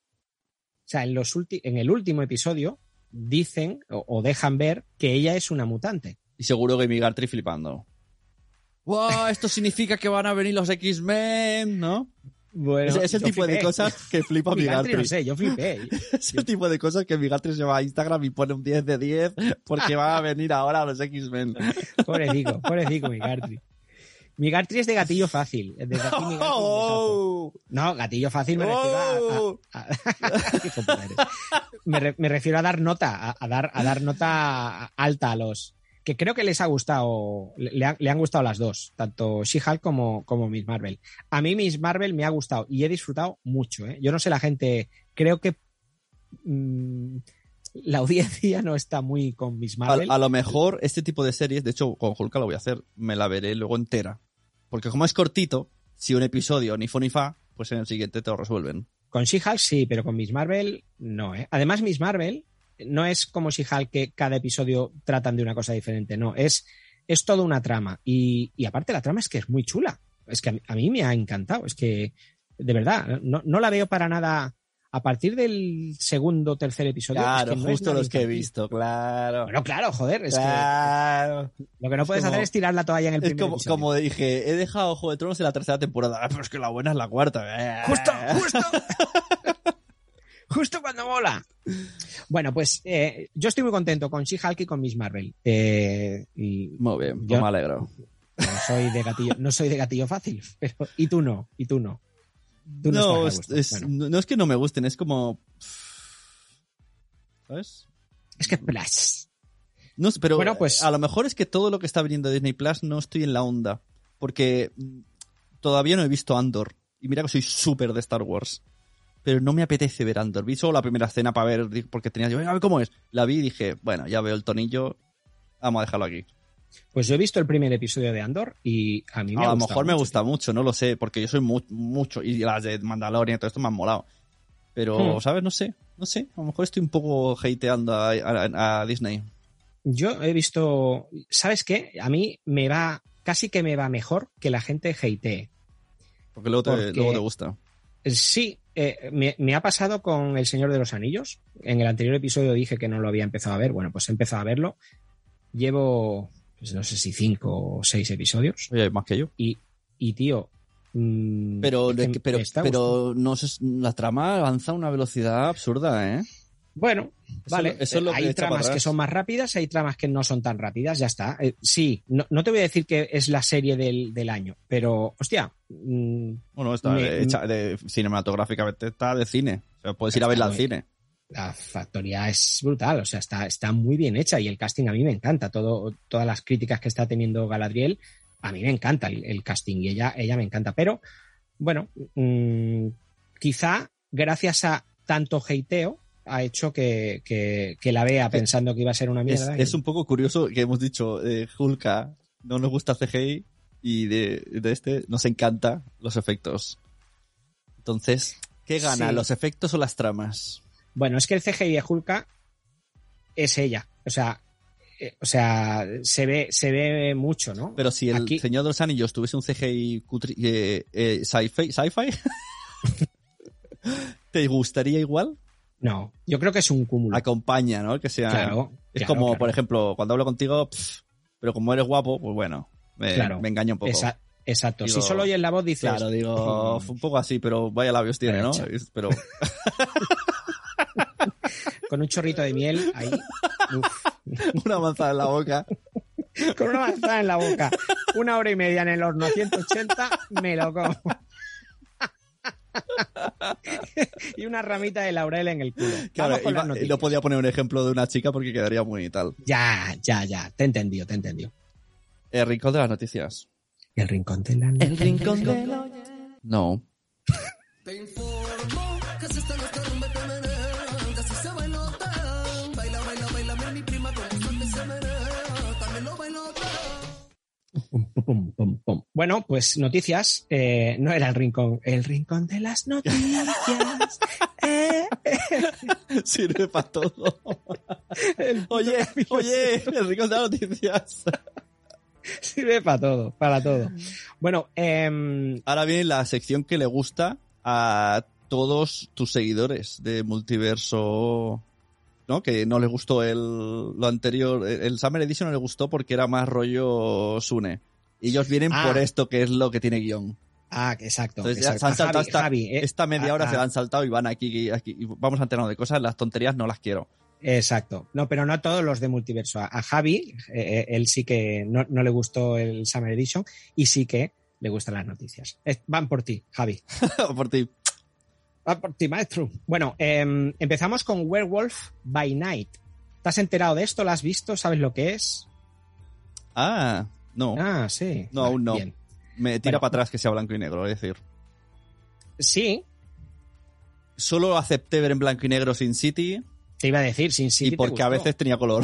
O sea, en, los ulti- en el último episodio dicen o, o dejan ver que ella es una mutante. Y seguro que mi Gartry flipando. ¡Wow! Esto significa que van a venir los X-Men, ¿no? Bueno, es, es el tipo flipé. de cosas que flipa mi Gartry. No sé, yo flipé. Es el tipo de cosas que mi Gartry se va a Instagram y pone un diez de diez porque van a venir ahora los X-Men. Pobrecico, pobrecico mi Gartry. Mi Gartry es de gatillo fácil. Desde aquí mi Gartry oh, no, gatillo fácil me refiero a... a, a, a me, re, me refiero a dar nota, a, a, dar, a dar nota alta a los... Que creo que les ha gustado, le, ha, le han gustado las dos, tanto She-Hulk como, como Miss Marvel. A mí Miss Marvel me ha gustado y he disfrutado mucho, ¿eh? Yo no sé la gente, creo que... Mmm, la audiencia no está muy con Miss Marvel. A, a lo mejor este tipo de series, de hecho con Hulk lo voy a hacer, me la veré luego entera. Porque como es cortito, si un episodio ni fu ni fa, pues en el siguiente te lo resuelven. Con She-Hulk sí, pero con Miss Marvel no, ¿eh? Además Miss Marvel no es como She-Hulk que cada episodio tratan de una cosa diferente, no, es, es toda una trama. Y, y aparte la trama es que es muy chula. Es que a mí, a mí me ha encantado, es que de verdad, no, no la veo para nada... A partir del segundo o tercer episodio... Claro, es que no justo es los infantil. que he visto, claro. Bueno, claro, joder, es claro. que... Lo que no es puedes como, hacer es tirar la toalla en el es primer como, episodio. Como dije, he dejado Juego de Tronos en la tercera temporada, pero es que la buena es la cuarta. ¡Justo, justo! ¡Justo cuando mola! Bueno, pues eh, yo estoy muy contento con She-Hulk y con Miss Marvel. Eh, y muy bien, yo me alegro. No soy de gatillo, no soy de gatillo fácil, pero y tú no, y tú no. Tú no, no, es, es, bueno. no es que no me gusten, es como... ¿Sabes? Es que Plus. No, pero bueno, pues... a lo mejor es que todo lo que está viniendo de Disney Plus no estoy en la onda. Porque todavía no he visto Andor. Y mira que soy súper de Star Wars. Pero no me apetece ver Andor. Vi solo la primera escena para ver, porque tenía yo, a ver cómo es. La vi y dije, bueno, ya veo el tonillo, vamos a dejarlo aquí. Pues yo he visto el primer episodio de Andor y a mí me a ha lo gustado mejor me mucho. gusta mucho, no lo sé, porque yo soy mu- mucho, y las de Mandalorian y todo esto me han molado. Pero, Hmm. ¿sabes? No sé, no sé. A lo mejor estoy un poco hateando a, a, a Disney. Yo he visto, ¿sabes qué? A mí me va, casi que me va mejor que la gente hatee. Porque luego te, Porque- luego te gusta. Sí, eh, me, me ha pasado con El Señor de los Anillos. En el anterior episodio dije que no lo había empezado a ver. Bueno, pues he empezado a verlo. Llevo, pues no sé si cinco o seis episodios. Oye, más que yo. Y, y tío... mmm, Pero, es que de que- pero, me está gustando. pero no sé, la trama avanza a una velocidad absurda, ¿eh? Bueno, Eso vale. es lo- eso es lo que hay echa para tramas atrás. que son más rápidas, hay tramas que no son tan rápidas, ya está. Eh, sí, no, no te voy a decir que es la serie del, del año, pero, hostia... mmm, Bueno, está Me- hecha de, cinematográficamente está de cine. O sea, puedes ir a verla al Está muy- cine. la factoría es brutal, o sea, está, está muy bien hecha y el casting a mí me encanta. Todo, todas las críticas que está teniendo Galadriel, a mí me encanta el, el casting y ella, ella me encanta. Pero, bueno, mmm, quizá gracias a tanto hateo ha hecho que, que, que la vea pensando que iba a ser una Es, mierda. y- es un poco curioso que hemos dicho, eh, Hulka no nos gusta C G I y de, de este nos encanta los efectos. Entonces, ¿qué gana? Sí. ¿Los efectos o las tramas? Bueno, es que el C G I de Hulka es ella. O sea, eh, o sea, se ve, se ve mucho, ¿no? Pero si el Aquí- Señor de los Anillos tuviese un C G I cutri- eh, eh, sci-fi, ¿sci-fi? ¿Te gustaría igual? No, yo creo que es un cúmulo. Acompaña, ¿no? Que sea... Claro, es claro, como, claro. por ejemplo, cuando hablo contigo, pff, pero como eres guapo, pues bueno, me, Claro. me engaña un poco. Esa- exacto. Digo, si solo oyes la voz dices... Claro, digo, "Mm", un poco así, pero vaya labios tiene, ¿no? Hecho. Es- Pero con un chorrito de miel ahí. Uf. una manzana en la boca. Con una manzana en la boca. Una hora y media en el horno a ciento ochenta, me lo como. Y una ramita de laurel en el culo. Claro, Vamos con iba- las noticias. no podía poner un ejemplo de una chica porque quedaría muy tal. Ya, ya, ya. Te he entendido, te he entendido. El rincón de las noticias. El rincón de la El rincón de la... No. Te informo que se están los carrumbes que menean, que si se bailotean, baila, baila, baila, mira mi prima como suerte se menea, también lo bailotean. Pum, pum, pum, pum. Bueno, pues noticias. Eh, no era el rincón. El rincón de las noticias. Eh, eh, Sirve para todo. el Oye, oye, el rincón de las noticias. sirve para todo, para todo. Bueno, eh, Ahora viene la sección que le gusta a todos tus seguidores de Multiverso, ¿no? Que no les gustó el, lo anterior. El Summer Edition no les gustó porque era más rollo Sune. Y ellos vienen Ah. por esto, que es lo que tiene guión. ah, exacto. Entonces ya exacto. se han saltado Javi, esta, Javi, eh, esta media ah, hora, ah. se la han saltado y van aquí, aquí y vamos a enterarnos de cosas. Las tonterías no las quiero. Exacto. No, pero no a todos los de Multiverso. A, a Javi, eh, él sí que no, no le gustó el Summer Edition y sí que le gustan las noticias. Es- van por ti, Javi. por ti. Van por ti, maestro. Bueno, eh, empezamos con Werewolf by Night. ¿Te has enterado de esto? ¿Lo has visto? ¿Sabes lo que es? Ah, no. Ah, sí. No, Vale, aún no. bien. Me tira Bueno. para atrás que sea blanco y negro, es decir. Sí, Solo acepté ver en blanco y negro Sin City te iba a decir, sin sí. y porque a veces tenía color.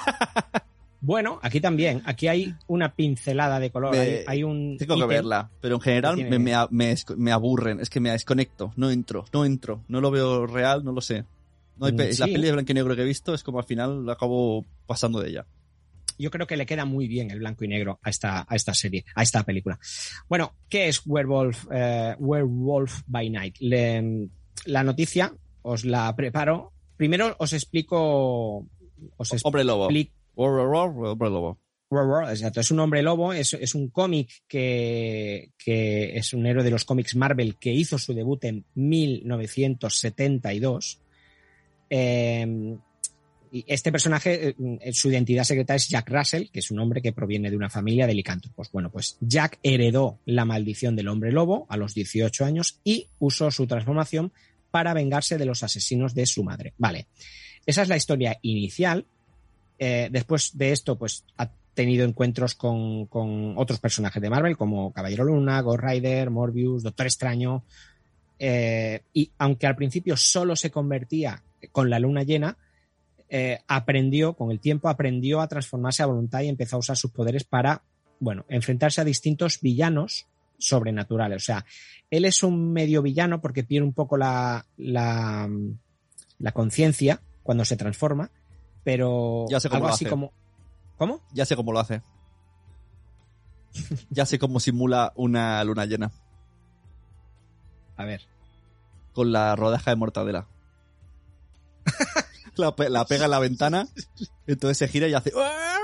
Bueno, aquí también. Aquí hay una pincelada de color. Me- Hay, hay un. Tengo que ítem. verla, pero en general que me, tiene- me, a- me esc- me aburren, es que me desconecto, no entro, no entro, no lo veo real, no lo sé. No hay pe- Mm, La sí. peli de blanco y negro que he visto es como al final acabo pasando de ella. Yo creo que le queda muy bien el blanco y negro a esta, a esta serie, a esta película. Bueno, ¿qué es Werewolf, eh, Werewolf by Night? Le- la noticia os la preparo. Primero os explico. Os Hombre lobo. explico. Hombre lobo. Exacto, es un hombre lobo, es, es un cómic que, que es un héroe de los cómics Marvel que hizo su debut en mil novecientos setenta y dos. Eh, y este personaje, eh, su identidad secreta es Jack Russell, que es un hombre que proviene de una familia de licántropos. Bueno, pues Jack heredó la maldición del hombre lobo a los dieciocho años y usó su transformación para vengarse de los asesinos de su madre. Vale, esa es la historia inicial. Eh, después de esto, pues a- tenido encuentros con, con otros personajes de Marvel, como Caballero Luna, Ghost Rider, Morbius, Doctor Extraño. Eh, y aunque al principio solo se convertía con la luna llena, eh, aprendió, con el tiempo, aprendió a transformarse a voluntad y empezó a usar sus poderes para, bueno, enfrentarse a distintos villanos sobrenaturales. O sea, él es un medio villano porque pierde un poco la, la, la conciencia cuando se transforma, pero ya sé cómo algo lo así hace. como... ¿Cómo? Ya sé cómo lo hace. Ya sé cómo simula una luna llena. A ver. Con la rodaja de mortadela. la, pe- la pega en la ventana, entonces se gira y hace...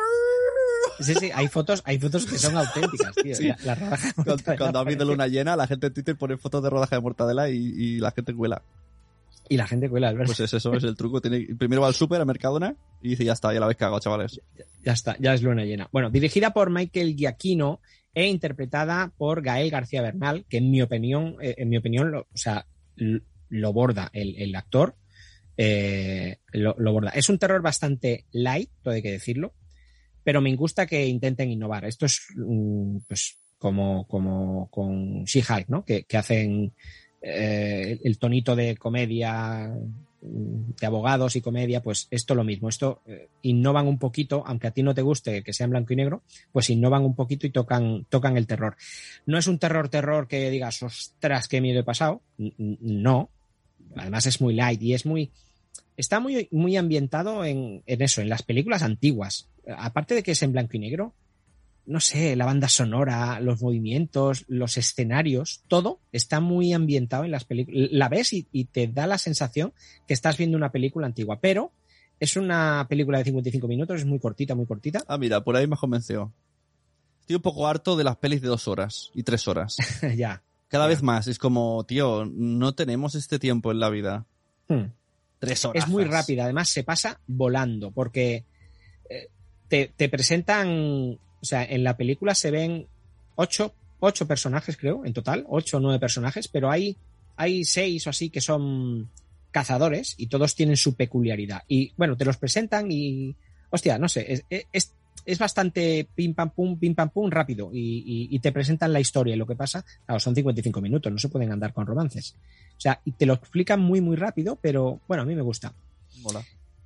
Sí, sí, hay fotos, hay fotos que son auténticas, tío. Sí. La, la rodaja de Cuando, mortadela cuando ha habido parece- luna llena, la gente en Twitter pone fotos de rodaja de mortadela y, y la gente cuela. Y la gente cuela, es verdad. Pues es eso, es el truco. Tiene, primero va al súper, a Mercadona, y dice, ya está, ya la habéis cagado, chavales. Ya está, ya es luna llena. Bueno, dirigida por Michael Giacchino e interpretada por Gael García Bernal, que en mi opinión, eh, en mi opinión, lo, o sea, lo, lo borda el, el actor, eh, lo, lo borda. Es un terror bastante light, todo hay que decirlo, pero me gusta que intenten innovar. Esto es mm, pues como, como con She-Hulk, ¿no? Que, que hacen eh, el tonito de comedia, de abogados y comedia, pues esto lo mismo. Esto eh, innovan un poquito, aunque a ti no te guste que sea en blanco y negro, pues innovan un poquito y tocan, tocan el terror. No es un terror terror que digas, ostras, qué miedo he pasado. N- No. Además es muy light y es muy... Está muy, muy ambientado en, en eso, en las películas antiguas. Aparte de que es en blanco y negro, no sé, la banda sonora, los movimientos, los escenarios, todo está muy ambientado en las películas. La ves y, y te da la sensación que estás viendo una película antigua, pero es una película de cincuenta y cinco minutos, es muy cortita, muy cortita. Ah, mira, por ahí me convenció. Estoy un poco harto de las pelis de dos horas y tres horas. Ya. Cada Ya. vez más. Es como, tío, no tenemos este tiempo en la vida. Hmm. Tres horas. Es muy rápida, además se pasa volando, porque eh, te, te presentan, o sea, en la película se ven ocho, ocho personajes, creo, en total, ocho o nueve personajes, pero hay, hay seis o así que son cazadores y todos tienen su peculiaridad. Y bueno, te los presentan y, hostia, no sé, es, es, es bastante pim pam pum, pim pam pum rápido y, y, y te presentan la historia y lo que pasa, claro, son cincuenta y cinco minutos, no se pueden andar con romances. O sea, y te lo explican muy, muy rápido, pero bueno, a mí me gusta. Mola.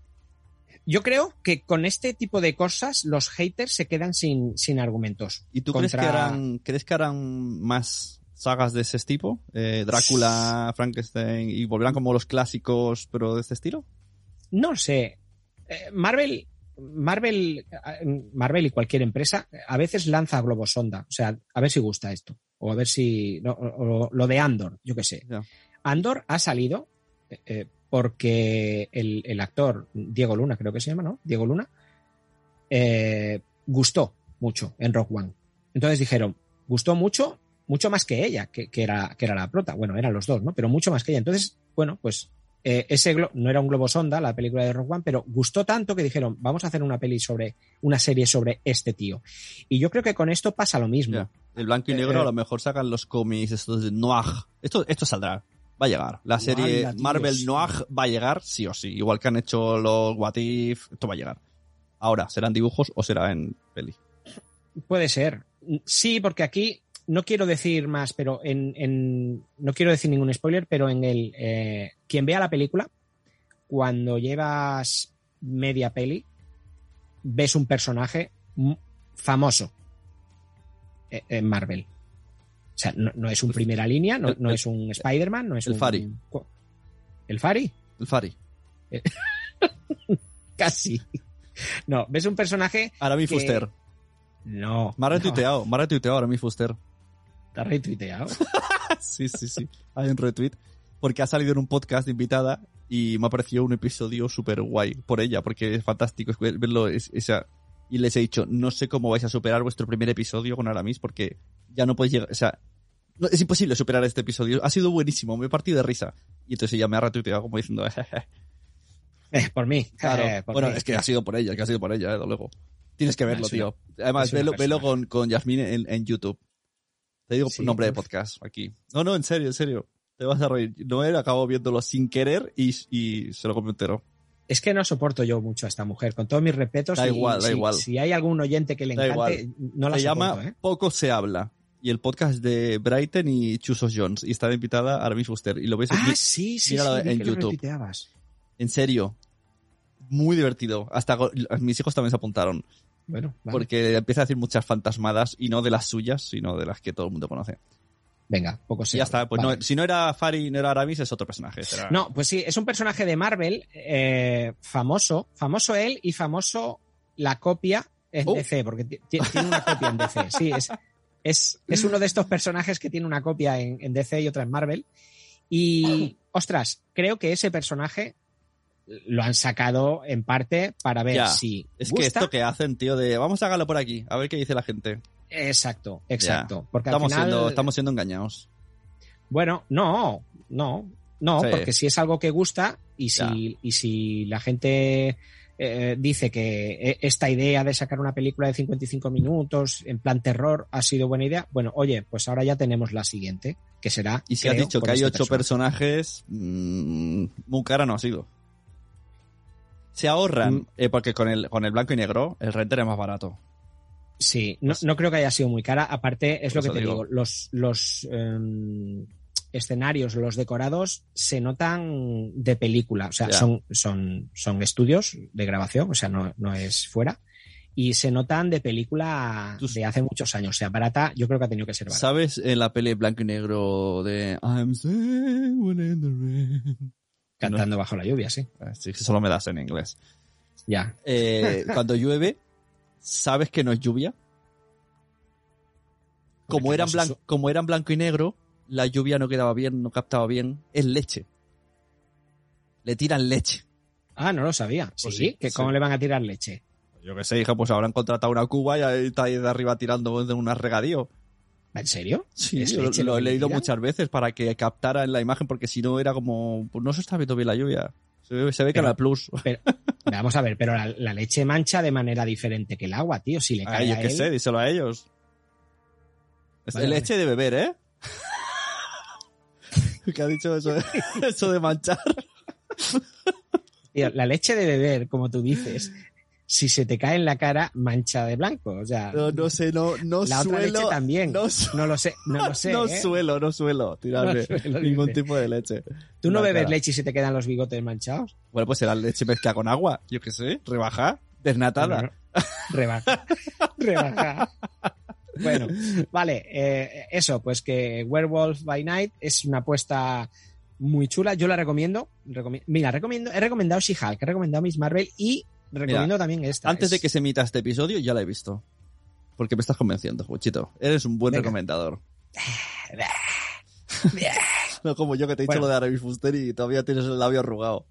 Yo creo que con este tipo de cosas los haters se quedan sin, sin argumentos. ¿Y tú Contra... crees que harán, crees que harán más sagas de ese tipo? Eh, Drácula, Frankenstein, y volverán como los clásicos, pero de este estilo? No sé. Eh, Marvel, Marvel, eh, Marvel y cualquier empresa a veces lanza globos sonda. O sea, a ver si gusta esto. O a ver si... No, o, o lo de Andor, yo qué sé. Ya. Andor ha salido eh, porque el, el actor Diego Luna, creo que se llama, ¿no? Diego Luna, eh, gustó mucho en Rogue One. Entonces dijeron, gustó mucho, mucho más que ella, que, que, era, que era la prota. Bueno, eran los dos, ¿no? Pero mucho más que ella. Entonces, bueno, pues eh, ese glo- no era un globo sonda, la película de Rogue One, pero gustó tanto que dijeron, vamos a hacer una peli sobre, una serie sobre este tío. Y yo creo que con esto pasa lo mismo. Ya. El blanco y negro Eh, a lo mejor sacan los cómics estos de Noir. Esto, esto saldrá. Va a llegar. La serie Hola, tío, Marvel sí. Noir va a llegar sí o sí. Igual que han hecho los What If. Esto va a llegar. Ahora, ¿serán dibujos o será en peli? Puede ser. Sí, porque aquí no quiero decir más, pero en, en no quiero decir ningún spoiler, pero en el eh, quien vea la película, cuando llevas media peli, ves un personaje m- famoso eh, en Marvel. O sea, no, no es un primera línea, no, no El- es un Spider-Man, no es el un... Fari. ¿El Fari? El Fari. Casi. No, ves un personaje... Aramis que- Fuster. No. Me ha no, retuiteado. Me ha retuiteado Aramis Fuster. Está retuiteado. Sí, sí, sí. Hay un retweet. Porque ha salido en un podcast de invitada y me ha parecido un episodio súper guay por ella, porque es fantástico verlo. Es, esa, y les he dicho, no sé cómo vais a superar vuestro primer episodio con Aramis, porque ya no podéis llegar. O sea, no, es imposible superar este episodio. Ha sido buenísimo, me he partido de risa. Y entonces ella me ha retuiteado como diciendo, jeje. Eh, por mí. Claro. Eh, por bueno, mí. es que ha sido por ella, que ha sido por ella, eh, desde luego. Tienes que verlo, Es una- tío. Además, es una velo, persona. velo con, con Yasmín en, en YouTube. Te digo Sí, nombre de uf. podcast aquí. No, no, en serio, en serio. Te vas a reír. Noel acabó viéndolo sin querer y, y se lo comió entero. Es que no soporto yo mucho a esta mujer, con todos mis respetos. Da y igual, da si, igual. Si hay algún oyente que le Da encante, igual. no la Se soporto, llama ¿eh? Poco se habla. Y el podcast es de Brighton y Chusos Jones. Y está invitada Aramis Fuster. Y lo ves Ah, aquí. sí, sí, míralo sí, vi en que lo YouTube. retuiteabas. En serio. Muy divertido. Hasta go- mis hijos también se apuntaron. Bueno, vale. Porque empieza a decir muchas fantasmadas. Y no de las suyas, sino de las que todo el mundo conoce. Venga, poco se y ya habla. está. Pues Vale. no, si no era Fari, no era Aramis, es otro personaje. Será... No, pues sí, es un personaje de Marvel eh, famoso, famoso él y famoso la copia en Oh. D C, porque ti- ti- tiene una copia en D C. Sí, es, es, es uno de estos personajes que tiene una copia en, en D C y otra en Marvel. Y, ostras, creo que ese personaje lo han sacado en parte para ver Ya, si Es gusta. que esto que hacen, tío, de vamos a hágalo por aquí, a ver qué dice la gente. Exacto, exacto. Porque al Estamos, final, siendo, estamos siendo engañados. bueno, no, no, no, Sí. porque si es algo que gusta y si, y si la gente eh, dice que eh, esta idea de sacar una película de cincuenta y cinco minutos en plan terror ha sido buena idea, bueno, oye, pues ahora ya tenemos la siguiente, que será. Y si has creo, dicho con que hay este ocho personaje. personajes, mmm, muy cara no ha sido. Se ahorran, Mm. eh, porque con el, con el blanco y negro el render es más barato. Sí, no, Pues- no creo que haya sido muy cara. Aparte, es Por lo que eso te digo. digo, los, los em, escenarios, los decorados se notan de película. O sea, Ya. son, son, son estudios de grabación, o sea, no, no es fuera. Y se notan de película Tú- de hace muchos años. O sea, barata, yo creo que ha tenido que ser barata. ¿Sabes en la peli blanco y negro de I'm sailing in the rain? Cantando bajo la lluvia, sí. Ah, sí, solo me das en inglés. Ya. Eh, cuando llueve, ¿sabes que no es lluvia? Como Porque eran, no se blan- su- como eran blanco y negro, la lluvia no quedaba bien, no captaba bien. Es leche. Le tiran leche. Ah, no lo sabía. Pues sí, sí, que sí. cómo le van a tirar leche. Yo qué sé, hija, pues habrán contratado una cuba y ahí está ahí de arriba tirando de un regadío. ¿En serio? Sí, ¿Es lo, leche lo lo he que le leído tiran? muchas veces para que captara en la imagen, porque si no era como, pues no se está viendo bien la lluvia. Se ve, se ve que Pero- era plus. Pero, vamos a ver, pero la, la leche mancha de manera diferente que el agua, tío. Si le cae Ay, yo a qué él- sé, díselo a ellos. Es Vale, leche de beber, ¿eh? ¿Qué ha dicho eso de, eso de manchar? Tío, la leche de beber, como tú dices, si se te cae en la cara, mancha de blanco. O sea, No, no sé, no, no la suelo. otra leche también. No, No, su- lo sé, no lo sé. no ¿eh? suelo, no suelo tirarme No suelo, ningún dice. tipo de leche. ¿Tú no La bebes cara. leche y se te quedan los bigotes manchados? Bueno, pues será leche mezclada con agua. Yo qué sé, rebaja, desnatada. No, no, no. Rebaja. Rebaja. Bueno, vale, eh, eso, pues que Werewolf by Night es una apuesta muy chula. Yo la recomiendo. Recomi- Mira, recomiendo, he recomendado She-Hulk, he recomendado Miss Marvel y recomiendo también esta. Antes de Es- que se emita este episodio, ya la he visto. Porque me estás convenciendo, Juchito. Eres un buen Venga. recomendador. No como yo que te he dicho Bueno. lo de Aramis Fuster y todavía tienes el labio arrugado.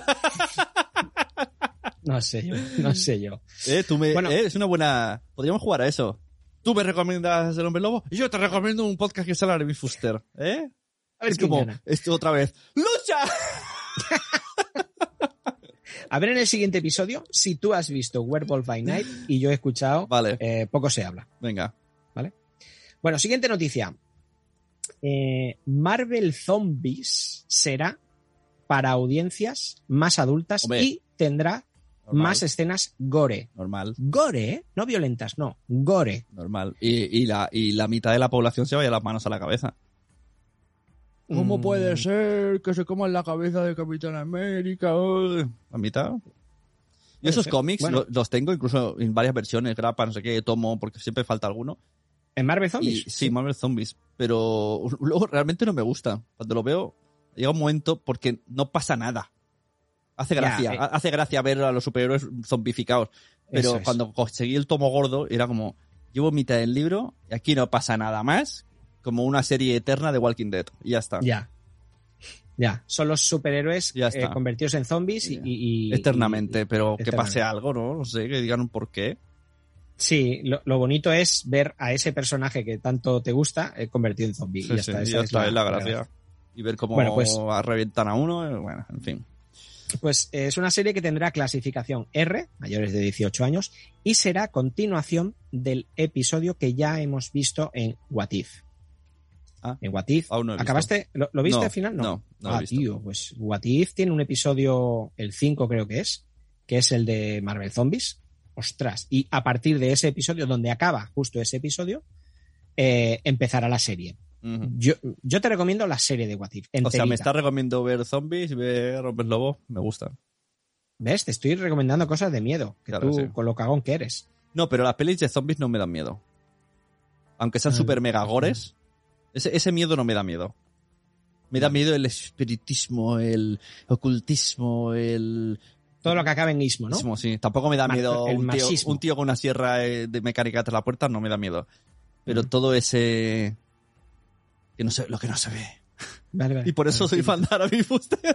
No sé yo, no sé yo. Eh, tú me, Bueno. eh, es una buena... Podríamos jugar a eso. Tú me recomiendas El Hombre Lobo y yo te recomiendo un podcast que sale Aramis Fuster. ¿Eh? A ver Es quién como, gana. esto otra vez. ¡Lucha! A ver en el siguiente episodio si tú has visto Werewolf by Night y yo he escuchado Vale, eh, Poco se habla. venga. Bueno, siguiente noticia. Eh, Marvel Zombies será para audiencias más adultas Hombre. y tendrá Normal, más escenas gore. normal, Gore, ¿eh? No violentas, no. Gore. normal. Y, y, la, y la mitad de la población se vaya las manos a la cabeza. ¿Cómo Mm. puede ser que se coman la cabeza de Capitán América? ¿La mitad? Yo Puede esos ser. cómics Bueno. lo- los tengo incluso en varias versiones, grapa, no sé qué, tomo, porque siempre falta alguno. ¿En Marvel Y, Zombies? sí, Marvel Zombies. Pero luego realmente no me gusta. Cuando lo veo, llega un momento porque no pasa nada. Hace Ya, gracia, eh. hace gracia ver a los superhéroes zombificados. Pero Eso es. cuando conseguí el tomo gordo, era como, llevo mitad del libro y aquí no pasa nada más, como una serie eterna de Walking Dead. Y ya está. Ya. Ya. Son los superhéroes Ya eh, está. convertidos en zombies y, y- y- Eternamente, y- pero que eternamente. pase algo, ¿no? No sé, que digan un porqué. Sí, lo, lo bonito es ver a ese personaje que tanto te gusta eh, convertido en zombie. Sí, y ya sí, está, y esa ya es está, la- es la la gracia. Y ver cómo Bueno, pues- revientan a uno, eh, bueno, en fin. Pues eh, es una serie que tendrá clasificación R, mayores de dieciocho años, y será continuación del episodio que ya hemos visto en What If. Ah, en What If. aún no he visto. ¿Acabaste? ¿Lo, lo viste No, al final? No. no, no lo he ah, visto. tío, pues What If tiene un episodio, el cinco creo que es, que es el de Marvel Zombies. Ostras. Y a partir de ese episodio, donde acaba justo ese episodio, eh, empezará la serie. Uh-huh. Yo, yo te recomiendo la serie de What If. O sea, enterita. me estás recomendando ver zombies, ver hombres lobos, me gusta. ¿Ves? Te estoy recomendando cosas de miedo, que Claro, tú, sí. con lo cagón que eres. No, pero las pelis de zombies no me dan miedo. Aunque sean Ah, super mega gores, ese, ese miedo no me da miedo. Me da miedo el espiritismo, el ocultismo, el... Todo lo que acabe en ismo, ¿no? Ismo, sí. Tampoco me da Ma- miedo el un tío, machismo. un tío con una sierra eh, de mecánica tras la puerta, no me da miedo. Pero Mm. todo ese... que no se, lo que no se ve. Vale, vale. Y por eso Vale, soy sí. fan de Arabi Fuster.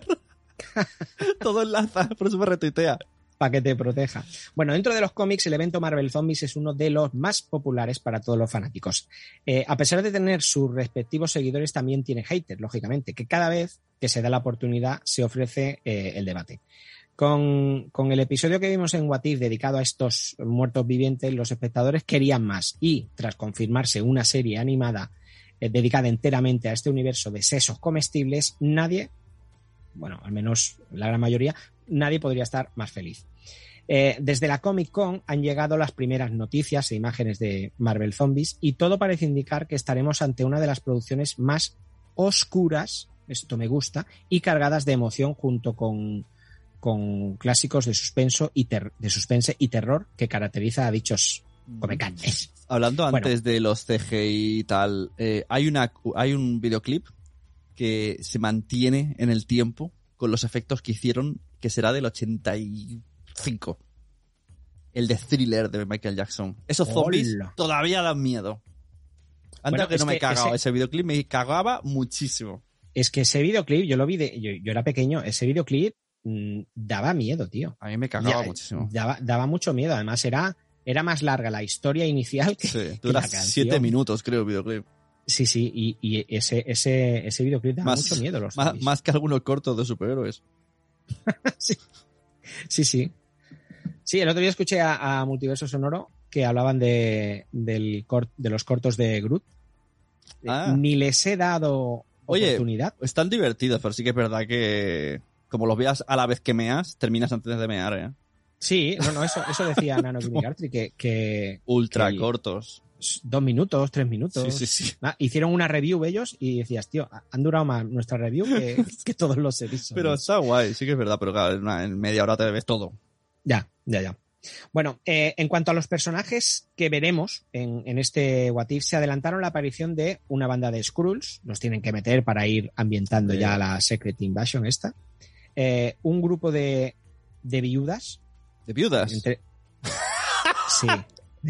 Todo enlaza, por eso me retuitea. Para que te proteja. Bueno, dentro de los cómics, el evento Marvel Zombies es uno de los más populares para todos los fanáticos. Eh, a pesar de tener sus respectivos seguidores, también tiene haters, lógicamente, que cada vez que se da la oportunidad se ofrece eh, el debate. Con, con el episodio que vimos en What If dedicado a estos muertos vivientes, los espectadores querían más y, tras confirmarse una serie animada eh, dedicada enteramente a este universo de sesos comestibles, nadie, bueno, al menos la gran mayoría, nadie podría estar más feliz. Eh, desde la Comic Con han llegado las primeras noticias e imágenes de Marvel Zombies y todo parece indicar que estaremos ante una de las producciones más oscuras, esto me gusta, y cargadas de emoción junto con, con clásicos de suspenso y ter- de suspense y terror que caracteriza a dichos comecanes. Hablando Bueno. antes de los C G I y tal, eh, hay, una, hay un videoclip que se mantiene en el tiempo con los efectos que hicieron, que será del ochenta y cinco. El de Thriller de Michael Jackson. Esos zombies Hola. todavía dan miedo. Antes Bueno, que es no me he que cagado ese- ese videoclip, me cagaba muchísimo. Es que ese videoclip, yo lo vi de, yo, yo era pequeño, ese videoclip mmm, daba miedo, tío. A mí me cagaba Ya, muchísimo. Daba, daba mucho miedo. Además, era, era más larga la historia inicial que, Sí, que dura la canción. siete minutos, creo, el videoclip. Sí, sí, y, y ese, ese, ese videoclip daba Más, mucho miedo. Los más, zombies. más que algunos cortos de superhéroes. sí. sí, sí. Sí, el otro día escuché a, a Multiverso Sonoro que hablaban de, del cort, de los cortos de Groot. Ah. Ni les he dado Oye, oportunidad. Están divertidos, pero sí que es verdad que como los veas a la vez que meas, terminas antes de mear, ¿eh? Sí, no, no, eso, eso decía Nano Gartry, que, que Ultra que el- cortos. dos minutos, tres minutos. Sí, sí, sí. Ah, hicieron una review ellos y decías, tío, han durado más nuestra review que, que todos los episodios. Pero está guay, sí que es verdad, pero claro, en, una- en media hora te ves todo. Ya, ya, ya. Bueno, eh, en cuanto a los personajes que veremos en, en este What If, se adelantaron la aparición de una banda de Skrulls, los tienen que meter para ir ambientando Sí. ya la Secret Invasion esta. Eh, un grupo de, de viudas. ¿De viudas? Entre... Sí. de-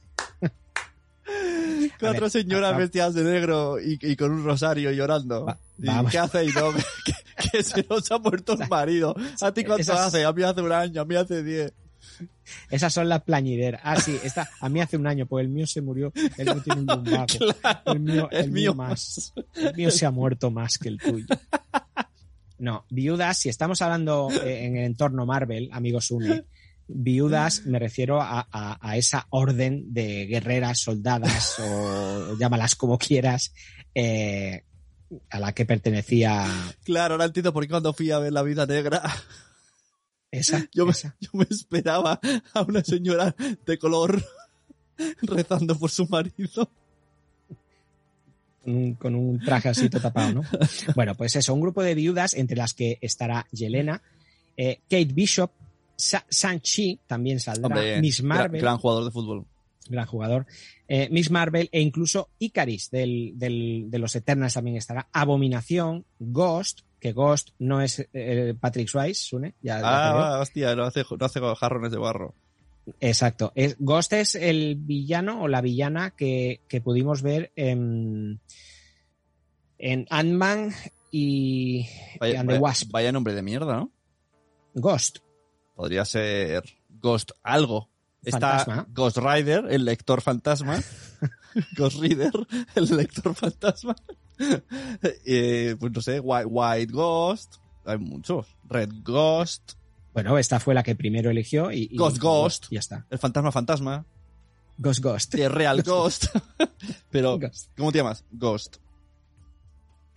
Cuatro A ver, señoras va- vestidas de negro y, y con un rosario llorando. Va- ¿Y vamos. qué hacéis, no? que, que se nos ha muerto el marido. ¿A ti cuánto Esas- hace? A mí hace un año, a mí hace diez. Esas son las plañideras. Ah, sí, esta, a mí hace un año, pues el mío se murió. Él no tiene un lumbago. Claro, El mío, el el mío mío más. El mío se ha muerto más que el tuyo. No, viudas, si estamos hablando eh, en el entorno Marvel, amigos Une, viudas me refiero a, a- a esa orden de guerreras, soldadas o llámalas como quieras, eh, a la que pertenecía Claro, ahora entiendo por qué cuando fui a ver La Vida Negra, esa. yo me, esa. yo me esperaba a una señora de color rezando por su marido. Con un, con un traje así todo tapado, ¿no? Bueno, pues eso, un grupo de viudas entre las que estará Yelena, eh, Kate Bishop, Sa- Shang-Chi también saldrá, Hombre, Miss gran, Marvel, gran jugador de fútbol. gran jugador, eh, Miss Marvel e incluso Icaris del, del, de los Eternals también estará, Abominación, Ghost, que Ghost no es eh, Patrick Swayze, Sune, ya, ya te veo. Ah, hostia, no hace, no hace jarrones de barro. Exacto. Es, Ghost es el villano o la villana que, que pudimos ver en, en Ant-Man y, y Vaya, and the vaya- Wasp. vaya nombre de mierda, ¿no? Ghost. Podría ser Ghost algo. Está Fantasma. Ghost Rider, el lector fantasma. Ghost Reader, el lector fantasma. Eh, pues no sé, White, White Ghost. Hay muchos. Red Ghost. Bueno, esta fue la que primero eligió y, y- Ghost Ghost. y ya está. El fantasma fantasma. Ghost Ghost. The Real Ghost. Pero, Ghost. ¿cómo te llamas? Ghost.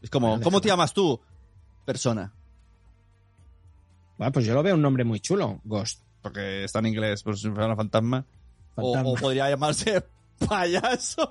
Es como, Bueno, ¿cómo te déjame. llamas tú? Persona. Bueno, pues yo lo veo un nombre muy chulo, Ghost. Porque está en inglés, pues si fuera una fantasma. O, Fantasma. o podría llamarse payaso.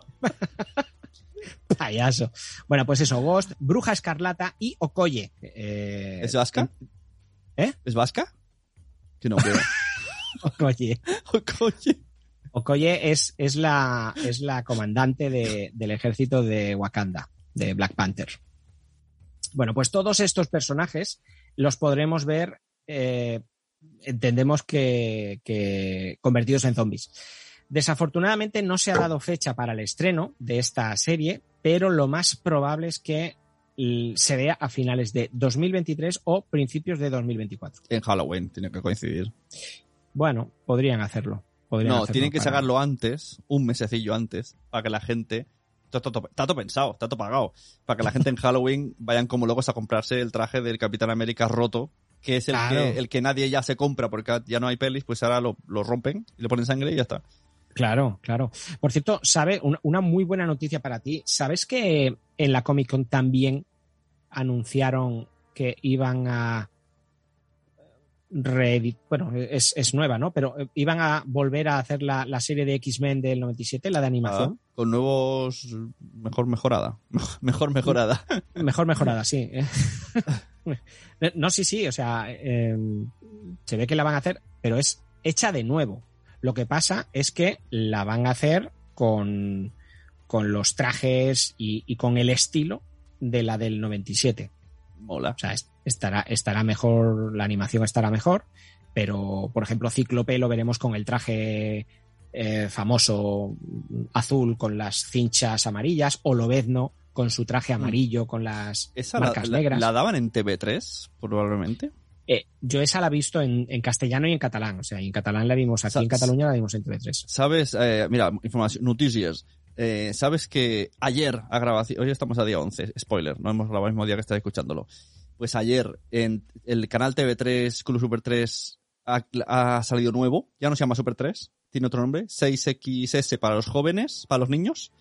Payaso. Bueno, pues eso, Ghost, Bruja Escarlata y Okoye. Eh, ¿Es vasca? ¿Eh? ¿Es vasca? ¿Qué nombre? Okoye. Coño. Okoye es, es, la, es la comandante de, del ejército de Wakanda, de Black Panther. Bueno, pues todos estos personajes los podremos ver, eh, entendemos que, que convertidos en zombies. Desafortunadamente no se ha dado fecha para el estreno de esta serie, pero lo más probable es que l- se vea a finales de dos mil veintitrés o principios de dos mil veinticuatro. En Halloween tiene que coincidir. Bueno, podrían hacerlo. Podrían No, hacerlo tienen que para- sacarlo antes, un mesecillo antes, para que la gente... Está todo, está todo pensado, está todo pagado. Para que la gente en Halloween vayan como locos a comprarse el traje del Capitán América roto, que es el, Claro. que, el que nadie ya se compra porque ya no hay pelis, pues ahora lo, lo rompen y le ponen sangre y ya está. Claro, claro. Por cierto, sabe una, una muy buena noticia para ti. ¿Sabes que en la Comic Con también anunciaron que iban a reedit, bueno, es, es nueva, ¿no? Pero eh, iban a volver a hacer la, la serie de X-Men del noventa y siete, la de animación. Ah, con nuevos... Mejor mejorada. Mejor mejorada. Mejor mejorada, sí. ¿eh? No, sí, sí, o sea, eh, se ve que la van a hacer, pero es hecha de nuevo. Lo que pasa es que la van a hacer con, con los trajes y, y con el estilo de la del noventa y siete. Mola. O sea, es- estará, estará mejor, la animación estará mejor, pero, por ejemplo, Cíclope lo veremos con el traje eh, famoso azul con las cinchas amarillas, o Lobezno con su traje amarillo con las Esa la, marcas la- negras. la daban en T V tres, probablemente. Eh, yo esa la he visto en, en castellano y en catalán. O sea, y en catalán la vimos aquí, Sa- en Cataluña la vimos en T V tres. ¿Sabes? Eh, mira, información, noticias. Eh, ¿Sabes que ayer a grabación, hoy estamos a día once, spoiler, no hemos grabado el mismo día que estáis escuchándolo. Pues ayer en el canal T V tres, Club Super tres, ha, ha salido nuevo, ya no se llama Super tres, tiene otro nombre, seis equis ese para los jóvenes, para los niños,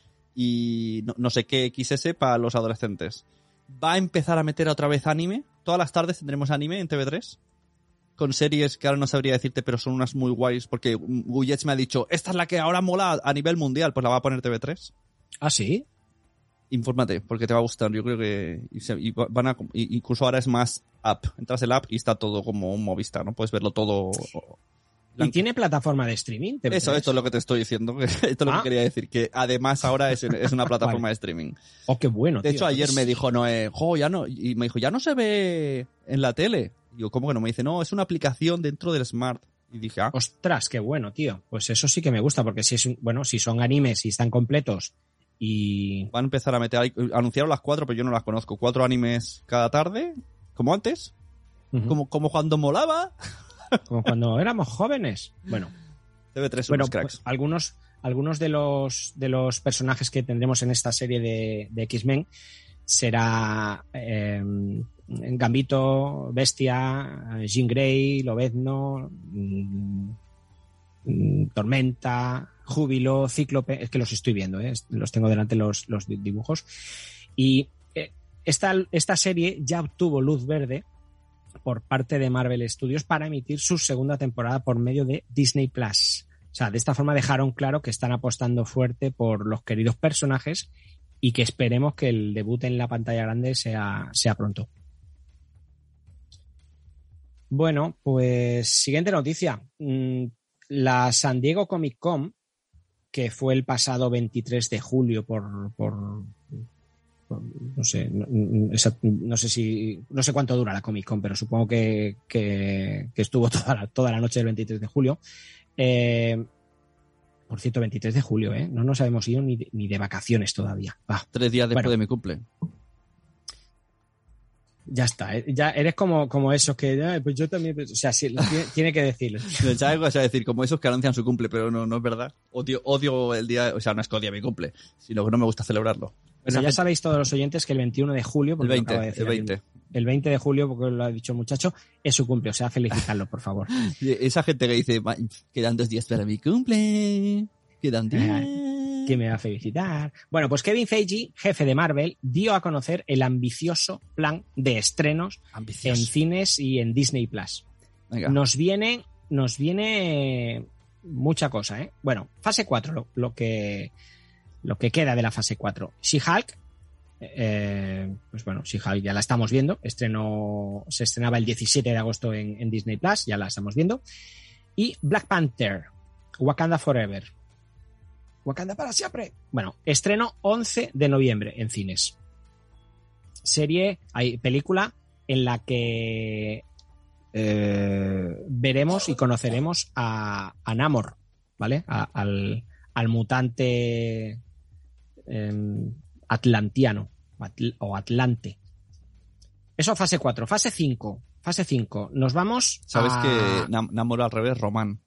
y no, no sé qué equis ese para los adolescentes. Va a empezar a meter otra vez anime, todas las tardes tendremos anime en T V tres. Con series que ahora no sabría decirte, pero son unas muy guays, porque Guyets me ha dicho, esta es la que ahora mola a nivel mundial, pues la va a poner T V tres. ¿Ah, sí? Infórmate, porque te va a gustar, yo creo que y se- y van a, y- incluso ahora es más app, entras el app y está todo como un Movistar, ¿no? Puedes verlo todo. ¿Y tiene plataforma de streaming? T V tres? Eso, esto es lo que te estoy diciendo, esto es lo Ah. que quería decir, que además ahora es, es una plataforma Vale. de streaming. Oh, qué bueno, De tío. hecho, ayer Pues- me dijo Noé, jo, ya no, y me dijo, ya no se ve en la tele. Y yo, ¿cómo que no? Me dice, no, es una aplicación dentro del Smart. Y dije, ah, Ostras, qué bueno, tío. Pues eso sí que me gusta, porque si es un- bueno, si son animes y están completos y van a empezar a meter, anunciaron las cuatro, pero yo no las conozco, cuatro animes cada tarde, como antes, Ujú. como, como cuando molaba. como cuando éramos jóvenes. Bueno, T V tres son bueno, unos cracks. pues algunos, algunos de los de los personajes que tendremos en esta serie de, de X-Men será eh, Gambito, Bestia, Jean Grey, Lobezno, mm, mm, Tormenta, Júbilo, Cíclope. Es que los estoy viendo, ¿eh? Los tengo delante los, los dibujos. Y eh, esta, esta serie ya obtuvo luz verde por parte de Marvel Studios para emitir su segunda temporada por medio de Disney Plus. O sea, de esta forma dejaron claro que están apostando fuerte por los queridos personajes y que esperemos que el debut en la pantalla grande sea, sea pronto. Bueno, pues siguiente noticia. Mm, La San Diego Comic Con, que fue el pasado veintitrés de julio por, por, por no sé, no, esa- no sé si, no sé cuánto dura la Comic Con, pero supongo que, que, que estuvo toda la, toda la noche del veintitrés de julio. Eh, por cierto, veintitrés de julio, ¿eh? No nos habíamos ido ni de, ni de vacaciones todavía. Va, Tres días después bueno. de mi cumple. ya está. ¿eh? Ya eres como, como esos que, "Ay, pues yo también, o sea, sí, tiene, tiene que decirlo. ¿Sabes? O sea, decir, como esos que anuncian su cumple, pero no, no es verdad. Odio, odio el día, o sea, no es que odie mi cumple, sino que no me gusta celebrarlo. Bueno, Esa ya gente- sabéis todos los oyentes que el veintiuno de julio, el porque lo veinte, acaba de decir el veinte. aquí, el veinte de julio, porque lo ha dicho el muchacho, es su cumple, o sea, felicitarlo, por favor. Y esa gente que dice, "Va, quedan dos días para mi cumple. Quedan diez. ¿Quién me va a felicitar? Bueno, pues Kevin Feige, jefe de Marvel, dio a conocer el ambicioso plan de estrenos Ambicioso. en cines y en Disney Plus. Venga. Nos viene, nos viene mucha cosa, ¿eh? Bueno, fase cuatro, lo, lo que lo que queda de la fase cuatro. She-Hulk, eh, pues bueno, She-Hulk ya la estamos viendo. Estreno, se estrenaba el diecisiete de agosto en, en Disney Plus, ya la estamos viendo. Y Black Panther, Wakanda Forever. Wakanda para siempre. Bueno, estreno once de noviembre en cines. Serie, hay película en la que eh, veremos y conoceremos a, a Namor, ¿vale? A, al, al mutante eh, atlantiano atl, o atlante. Eso fase cuatro. Fase cinco. Fase cinco. Nos vamos ¿Sabes a... que Nam- Namor al revés, Román?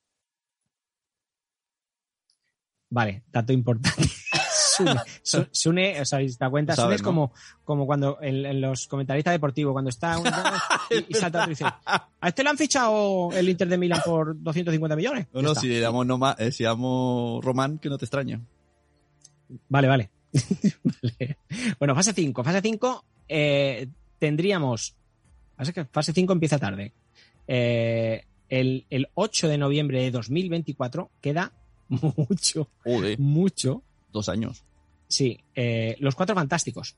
Vale, dato importante. Sune, Su- Sune, o sea, si te das cuenta, Sabes, Sune es ¿no? como, como cuando en, en los comentaristas deportivos, cuando está un, y, y salta otro y dice, ¿a este le han fichado el Inter de Milán por doscientos cincuenta millones? No, Ya no, está. si le damos, Noma, eh, si damos Román, que no te extraña. Vale, vale. Vale. Bueno, fase cinco. Fase cinco eh, tendríamos... Pasa que fase cinco empieza tarde. Eh, el, el ocho de noviembre de dos mil veinticuatro queda mucho, Joder, mucho. dos años. Sí, eh, Los Cuatro Fantásticos.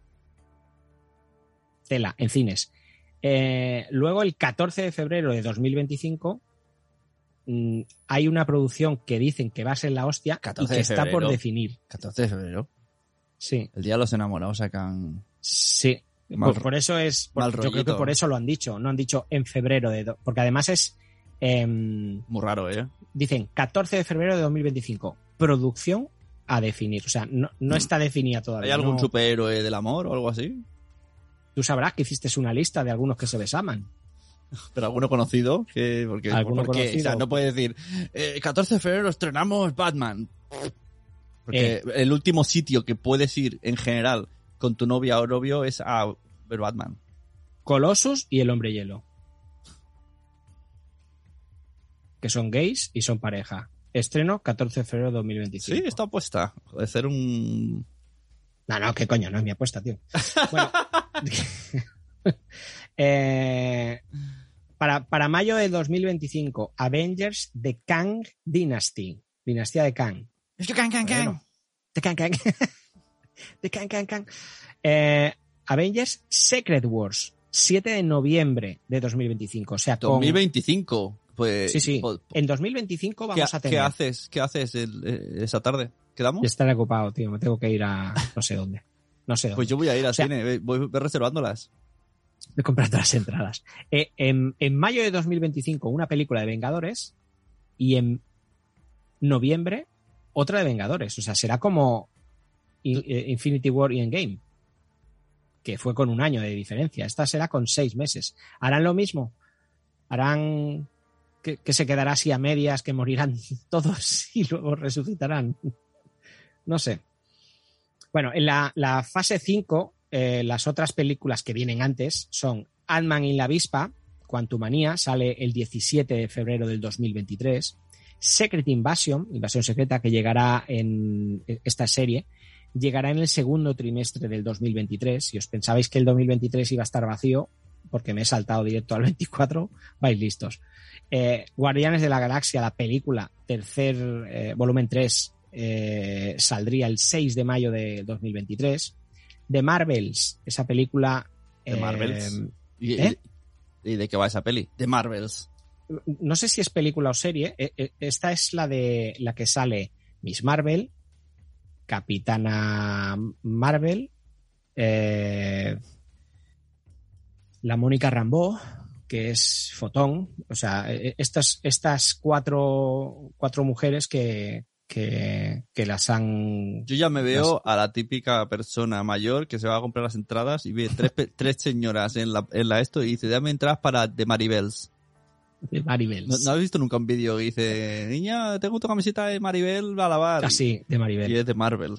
Tela, en cines. Eh, luego, el catorce de febrero de dos mil veinticinco, mmm, hay una producción que dicen que va a ser la hostia y catorce que de está por febrero. definir. catorce de febrero. Sí, El día de los enamorados sacan... sí. Mal- por, por eso es. Por, mal yo creo que rollito. por eso lo han dicho. No han dicho en febrero de. do- Porque además es. em, Muy raro, ¿eh? dicen catorce de febrero de dos mil veinticinco. Producción a definir. O sea, no, no está definida todavía. ¿Hay algún no- superhéroe del amor o algo así? Tú sabrás que hiciste una lista de algunos que se besaman. Pero alguno conocido, que porque, ¿Alguno porque conocido? O sea, no puedes decir eh, catorce de febrero estrenamos Batman. Porque Eh. el último sitio que puedes ir en general con tu novia o novio es a ver Batman. Colossus y el Hombre Hielo. Que son gays y son pareja. Estreno catorce de febrero de dos mil veinticinco. Sí, está puesta. Puede ser un... No, no, qué coño, no es mi apuesta, tío. Bueno. eh, para, para mayo de dos mil veinticinco, Avengers The Kang Dynasty. Dinastía de Kang. Bueno, The Kang Kang. The Kang Kang Kang. Eh, Avengers Secret Wars. siete de noviembre de dos mil veinticinco. O sea, con... dos mil veinticinco. Pues, Sí, sí. po- po- En dos mil veinticinco vamos ¿Qué, a tener... ¿Qué haces? ¿Qué haces el- eh, esa tarde? ¿Quedamos? Ya estaré ocupado, tío. Me tengo que ir a no sé dónde. No sé dónde. Pues yo voy a ir al O sea- cine. Voy, voy reservándolas. Voy comprando las entradas. Eh, en, en mayo de dos mil veinticinco, una película de Vengadores. Y en noviembre, otra de Vengadores. O sea, será como In- eh, Infinity War y Endgame. Que fue con un año de diferencia. Esta será con seis meses. ¿Harán lo mismo? ¿Harán que, que se quedará así a medias, que morirán todos y luego resucitarán? No sé. Bueno, en la, la fase cinco, eh, las otras películas que vienen antes son Ant-Man y la avispa, Quantumania, sale el diecisiete de febrero del dos mil veintitrés. Secret Invasion, Invasión Secreta, que llegará en esta serie, llegará en el segundo trimestre del dos mil veintitrés. Si os pensabais que el dos mil veintitrés iba a estar vacío, porque me he saltado directo al veinticuatro, vais listos. Eh, Guardianes de la Galaxia, la película, tercer eh, volumen tres, eh, saldría el seis de mayo de dos mil veintitrés. The Marvels, esa película... ¿De eh, Marvels? ¿Y, ¿eh? y- y de qué va esa peli? De Marvels. no sé si es película o serie. eh, eh, Esta es la de la que sale Miss Marvel, Capitana Marvel, eh, la Mónica Rambeau, que es Fotón. O sea, eh, estas, estas cuatro, cuatro mujeres que, que, que las han... Yo ya me veo a la típica persona mayor que se va a comprar las entradas y ve tres, pe- tres señoras en la, en la esto y dice, dame entradas para The Maribels. de Maribel. ¿No, ¿No has visto nunca un vídeo que dice, niña, tengo tu camiseta de Maribel a lavar? Así, de Maribel. Y es de Marvel.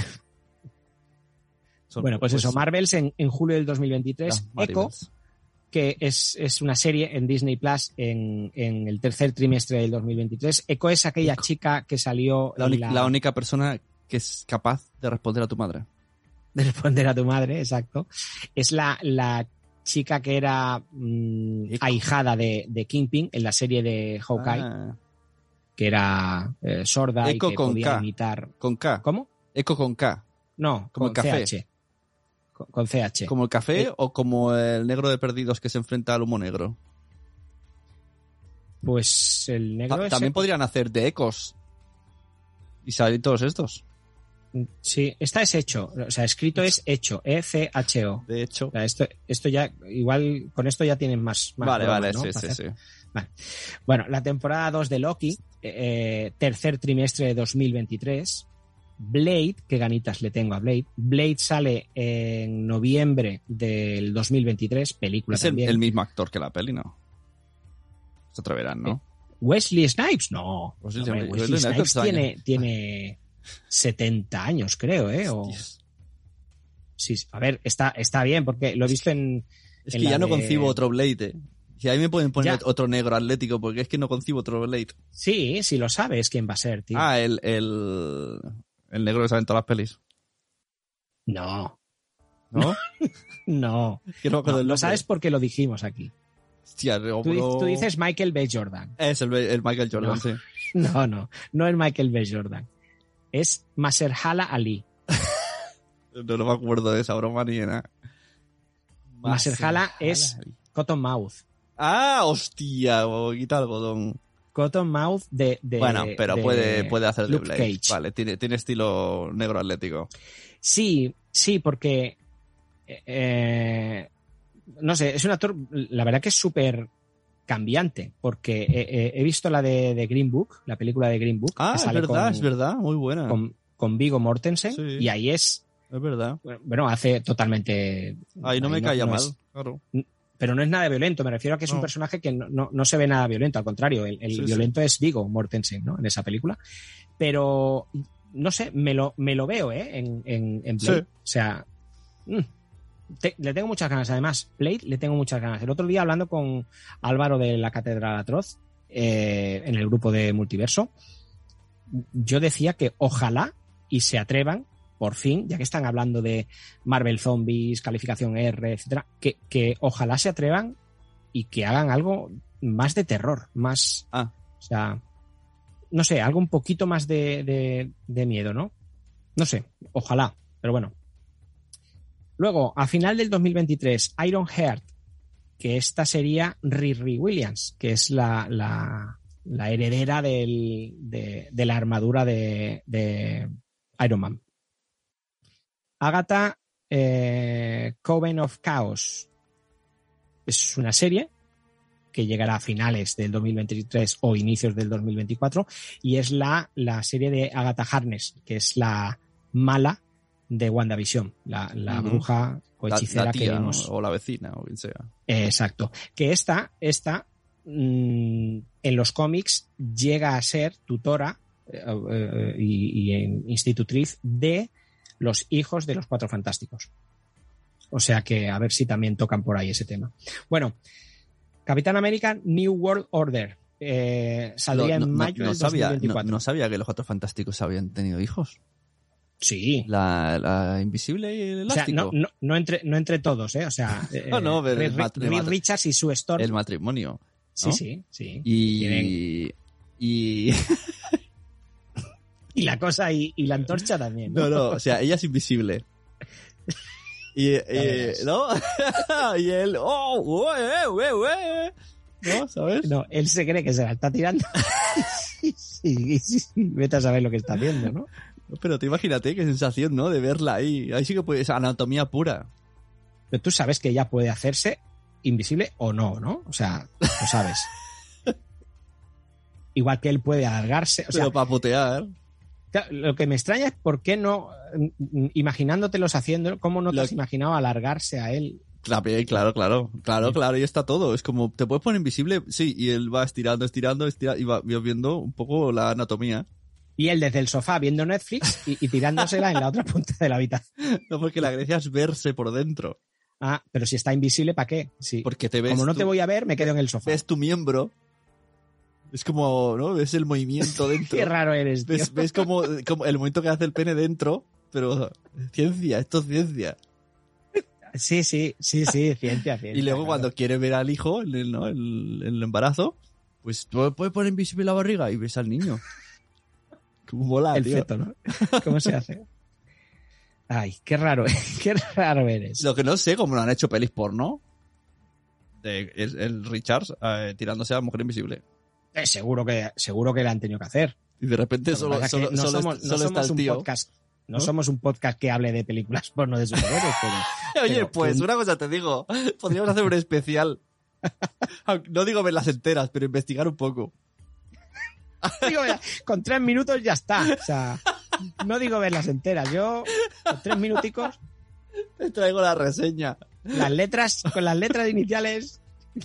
Son- Bueno, pues, eso, Marvels en, en julio del dos mil veintitrés. las Echo, Maribels. que es, es una serie en Disney Plus en, en el tercer trimestre del dos mil veintitrés. Echo es aquella Echo. chica que salió... La, en uni- la única persona que es capaz de responder a tu madre. de responder a tu madre, exacto. Es la, la chica que era mmm, Echo. ahijada de, de Kingpin en la serie de Hawkeye, Ah, que era eh, sorda Echo y que con podía K. imitar... con K. ¿Cómo? Eco con K. No, Como con el café. C H. Con, con C H. ¿Como el café Eh. o como el negro de Perdidos que se enfrenta al humo negro? Pues el negro Ta- es... También podrían hacer de ecos. Y salir todos estos. Sí, esta es hecho. O sea, escrito es hecho. E C H O. De hecho. O sea, esto, esto ya, igual, con esto ya tienen más. más Vale, bromas, vale, ¿no? sí, Para sí, hacer. sí. Bueno, la temporada dos de Loki, eh, tercer trimestre de dos mil veintitrés. Blade, qué ganitas le tengo a Blade. Blade sale en noviembre del dos mil veintitrés, película Es el, también. el mismo actor que la peli, ¿no? Se atreverán, ¿no? Wesley Snipes, no. Wesley Hombre, Snipes, Wesley Wesley Snipes Snipes tiene, tiene setenta años, creo, ¿eh? O, Hostias. sí, a ver, está, está bien, porque lo he visto en... Es en que la ya no de- concibo otro Blade, ¿eh? Si ahí me pueden poner Ya. otro negro atlético, porque es que no concibo otro Blade. Sí, sí lo sabes quién va a ser, tío. Ah, el, el, el negro que sale en todas las pelis. No, ¿No? no. que no me acuerdo No, el lo nombre. sabes porque lo dijimos aquí. Hostia, no, Tú, di- no- tú dices Michael B. Jordan. Es el, el Michael Jordan, No. sí. No, no, no es Michael B. Jordan. Es Mahershala Ali. No, no me acuerdo de esa broma ni de nada. Mahershala es Cottonmouth. Ah, hostia, boquita de algodón. Cottonmouth de, de... Bueno, pero de puede, puede hacer de Luke Blade. Cage. Vale, tiene, tiene estilo negro atlético. Sí, sí, porque... eh, no sé, es un actor, la verdad que es súper cambiante, porque eh, eh, he visto la de, de Green Book, la película de Green Book. Ah, que es sale verdad, con, es verdad, muy buena. Con, con Viggo Mortensen, Sí. y ahí es, Es verdad. bueno, hace totalmente... Ahí no ahí me caía no mal, es- claro. pero no es nada violento, me refiero a que es No. un personaje que no, no, no se ve nada violento, al contrario, el, el Sí, sí. violento es Viggo Mortensen, ¿no? En esa película. Pero, no sé, me lo, me lo veo, ¿eh? En, en, en Blade. Sí. O sea, mm, te- le tengo muchas ganas. Además, Blade le tengo muchas ganas. El otro día hablando con Álvaro de la Catedral Atroz, eh, en el grupo de Multiverso, yo decía que ojalá y se atrevan, por fin, ya que están hablando de Marvel Zombies, calificación R, etcétera, que, que ojalá se atrevan y que hagan algo más de terror, más, Ah. o sea, no sé, algo un poquito más de, de, de miedo, ¿no? No sé, ojalá, pero bueno. Luego, a final del dos mil veintitrés, Iron Heart, que esta sería Riri Williams, que es la, la, la heredera del, de, de la armadura de, de Iron Man. Agatha, eh, Coven of Chaos, es una serie que llegará a finales del dos mil veintitrés o inicios del dos mil veinticuatro, y es la, la serie de Agatha Harkness, que es la mala de WandaVision, la, la Ujú. bruja o La, hechicera la que tía, ¿no? vimos. O la vecina, o quien sea. Eh, exacto. Que esta, esta mmm, en los cómics llega a ser tutora eh, eh, y, y en institutriz de los hijos de los Cuatro Fantásticos. O sea que a ver si también tocan por ahí ese tema. Bueno, Capitán América New World Order. Eh, saldría No, en no, mayo no del sabía, no, dos mil veinticuatro. no sabía que los Cuatro Fantásticos habían tenido hijos. Sí. La, la invisible y el O sea, elástico. no, no, no, entre, no entre todos, ¿eh? O sea, eh, No, no, pero Reed- el mat- el Reed mat- Richards y Sue Storm. El matrimonio. Sí, ¿no? sí, sí. Y, Tienen- y... Y la cosa y, y la antorcha también, No, ¿no? no, o sea, ella es invisible. Y, y- verás. ¿no? Y él, ¡oh! ¡Ue, ue, ue! ¿No? ¿Sabes? No, él se cree que se la está tirando. Sí, sí, sí, sí. Vete a saber lo que está haciendo, ¿no? Pero te imagínate qué sensación, ¿no? De verla ahí. Ahí sí que puede ser anatomía pura. Pero tú sabes que ella puede hacerse invisible o no, ¿no? O sea, lo sabes. Igual que él puede alargarse. O sea, Pero para putear. claro, lo que me extraña es por qué no, mm, imaginándotelos haciendo, cómo no te Lo- has imaginado alargarse a él. Claro, claro, claro, claro, claro, y está todo. Es como, te puedes poner invisible, sí, y él va estirando, estirando, estirando, y va va viendo un poco la anatomía. Y él desde el sofá viendo Netflix y, y tirándosela en la otra punta de la habitación. No, porque la gracia es verse por dentro. Ah, pero si está invisible, ¿para qué? Sí. Porque te ves. Como no tú, te voy a ver, me quedo en el sofá. Ves tu miembro. Es como, ¿no? Ves el movimiento dentro. Qué raro eres, tío. Ves, ves como, como el movimiento que hace el pene dentro, pero ciencia, esto es ciencia. Sí, sí, sí, sí, ciencia, ciencia. Y luego claro. cuando quieres ver al hijo, el, ¿no? el, el embarazo, pues tú puedes poner invisible la barriga y ves al niño. Como mola, El tío. feto, ¿no? ¿Cómo se hace? Ay, qué raro, qué raro eres. Lo que no sé, como lo han hecho pelis porno, de el, el Richards eh, tirándose a la mujer invisible. Eh, seguro que seguro que la han tenido que hacer. Y de repente Lo que solo, pasa es que solo, no solo, somos, est- no solo está somos el un tío. podcast, no, ¿no? somos un podcast que hable de películas porno de superhéroes, pero Oye, pero pues que- una cosa te digo, podríamos hacer un especial. Aunque no digo verlas enteras, pero investigar un poco. digo, ya, con tres minutos ya está. O sea, no digo verlas enteras. Yo, con tres minuticos, Te traigo la reseña. las letras, con las letras iniciales.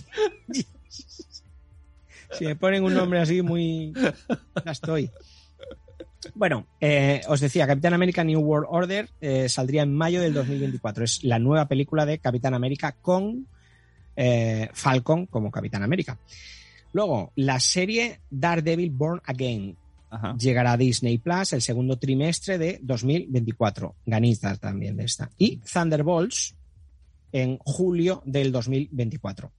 Si me ponen un nombre así muy... Ya estoy. Bueno, eh, os decía, Capitán América New World Order eh, saldría en mayo del dos mil veinticuatro. Es la nueva película de Capitán América con eh, Falcon como Capitán América. Luego, la serie Daredevil Born Again Ajá. llegará a Disney Plus el segundo trimestre de dos mil veinticuatro. Ganitas también de esta. Y Thunderbolts en julio del dos mil veinticuatro.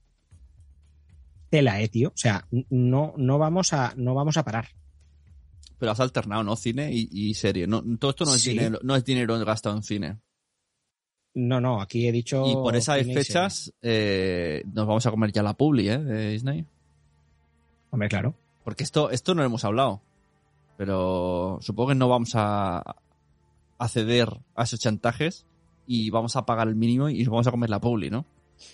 Tela, eh, tío. O sea, no, no, vamos a, no vamos a parar. Pero has alternado, ¿no? Cine y, y serie. No, todo esto no es, Sí. dinero, no es dinero gastado en cine. No, no, aquí he dicho... Y por esas cine y fechas eh, nos vamos a comer ya la publi, ¿eh? De Disney. serie. Hombre, claro. Porque esto, esto no lo hemos hablado. Pero supongo que no vamos a, a ceder a esos chantajes y vamos a pagar el mínimo y nos vamos a comer la publi, ¿no?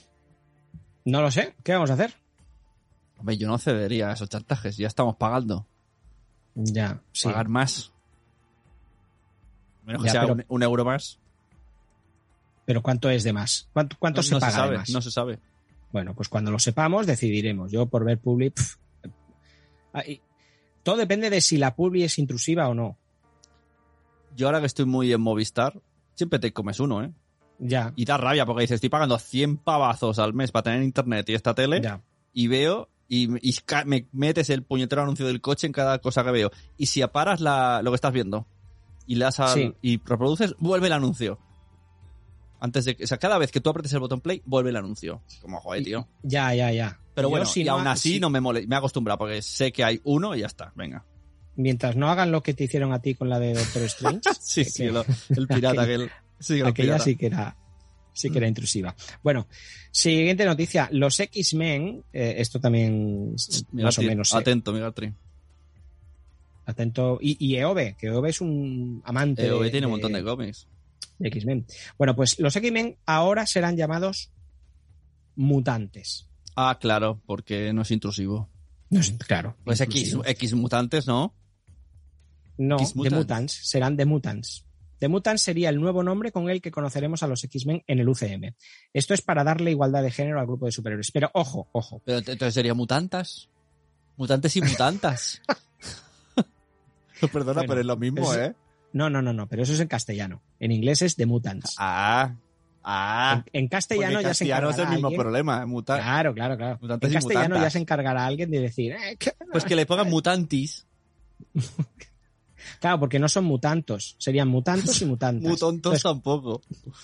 No lo sé. ¿Qué vamos a hacer? Hombre, yo no cedería a esos chantajes. Ya estamos pagando. Ya, sí. Pagar más. Menos que Ya, sea pero- un, un euro más. Pero ¿cuánto es de más? ¿Cuánto, cuánto No, se no paga se sabe, de más? no se sabe. Bueno, pues cuando lo sepamos decidiremos. Yo por ver Publi... pf, ah, y todo depende de si la Publi es intrusiva o no. Yo ahora que estoy muy en Movistar, siempre te comes uno, ¿eh? Ya, Y da rabia porque dices, estoy pagando cien pavazos al mes para tener internet y esta tele ya. y veo y, y ca- me metes el puñetero anuncio del coche en cada cosa que veo. Y si aparas la, lo que estás viendo y le das al, Sí. y reproduces, vuelve el anuncio. Antes de que, o sea, cada vez que tú apretes el botón play, vuelve el anuncio. Como, joder, tío. Ya, ya, ya. Pero Yo, bueno, si y no aún ha- así si- no me mole, me he acostumbrado porque sé que hay uno y ya está, venga. Mientras no hagan lo que te hicieron a ti con la de Doctor Strange, Sí, que- sí, que- lo- el pirata aquella- aquel. Sí, el aquella pirata. sí que era sí que era intrusiva. Bueno, siguiente noticia. Los X-Men, eh, esto también Mira, más o tío, menos sé. atento, Migatri. Atento. Y, y Eove, que Eove es un amante Eh, hoy de, tiene un de- montón de cómics. de X-Men. Bueno, pues los X-Men ahora serán llamados mutantes. Ah, claro, porque no es intrusivo. No sé, claro. Pues X, inclusivo. X mutantes, ¿no? No, X The Mutants. Mutants. Serán The Mutants. The Mutants sería el nuevo nombre con el que conoceremos a los X-Men en el U C M. Esto es para darle igualdad de género al grupo de superhéroes. Pero ojo, ojo. Pero ent- entonces sería mutantas. Mutantes y mutantas. Perdona, Bueno, pero es lo mismo, es- ¿eh? No, no, no, no, pero eso es en castellano. En inglés es The Mutants. Ah, ah. en, en castellano Porque ya se castellano encargará es el mismo alguien- problema. ¿eh? Muta- Claro, claro, claro. Mutantes En y castellano mutantas. ya se encargará alguien de decir... eh, que- Pues que le pongan mutantis. Claro, porque no son mutantos. Serían mutantos y mutantas. Muy tontos Entonces, tampoco.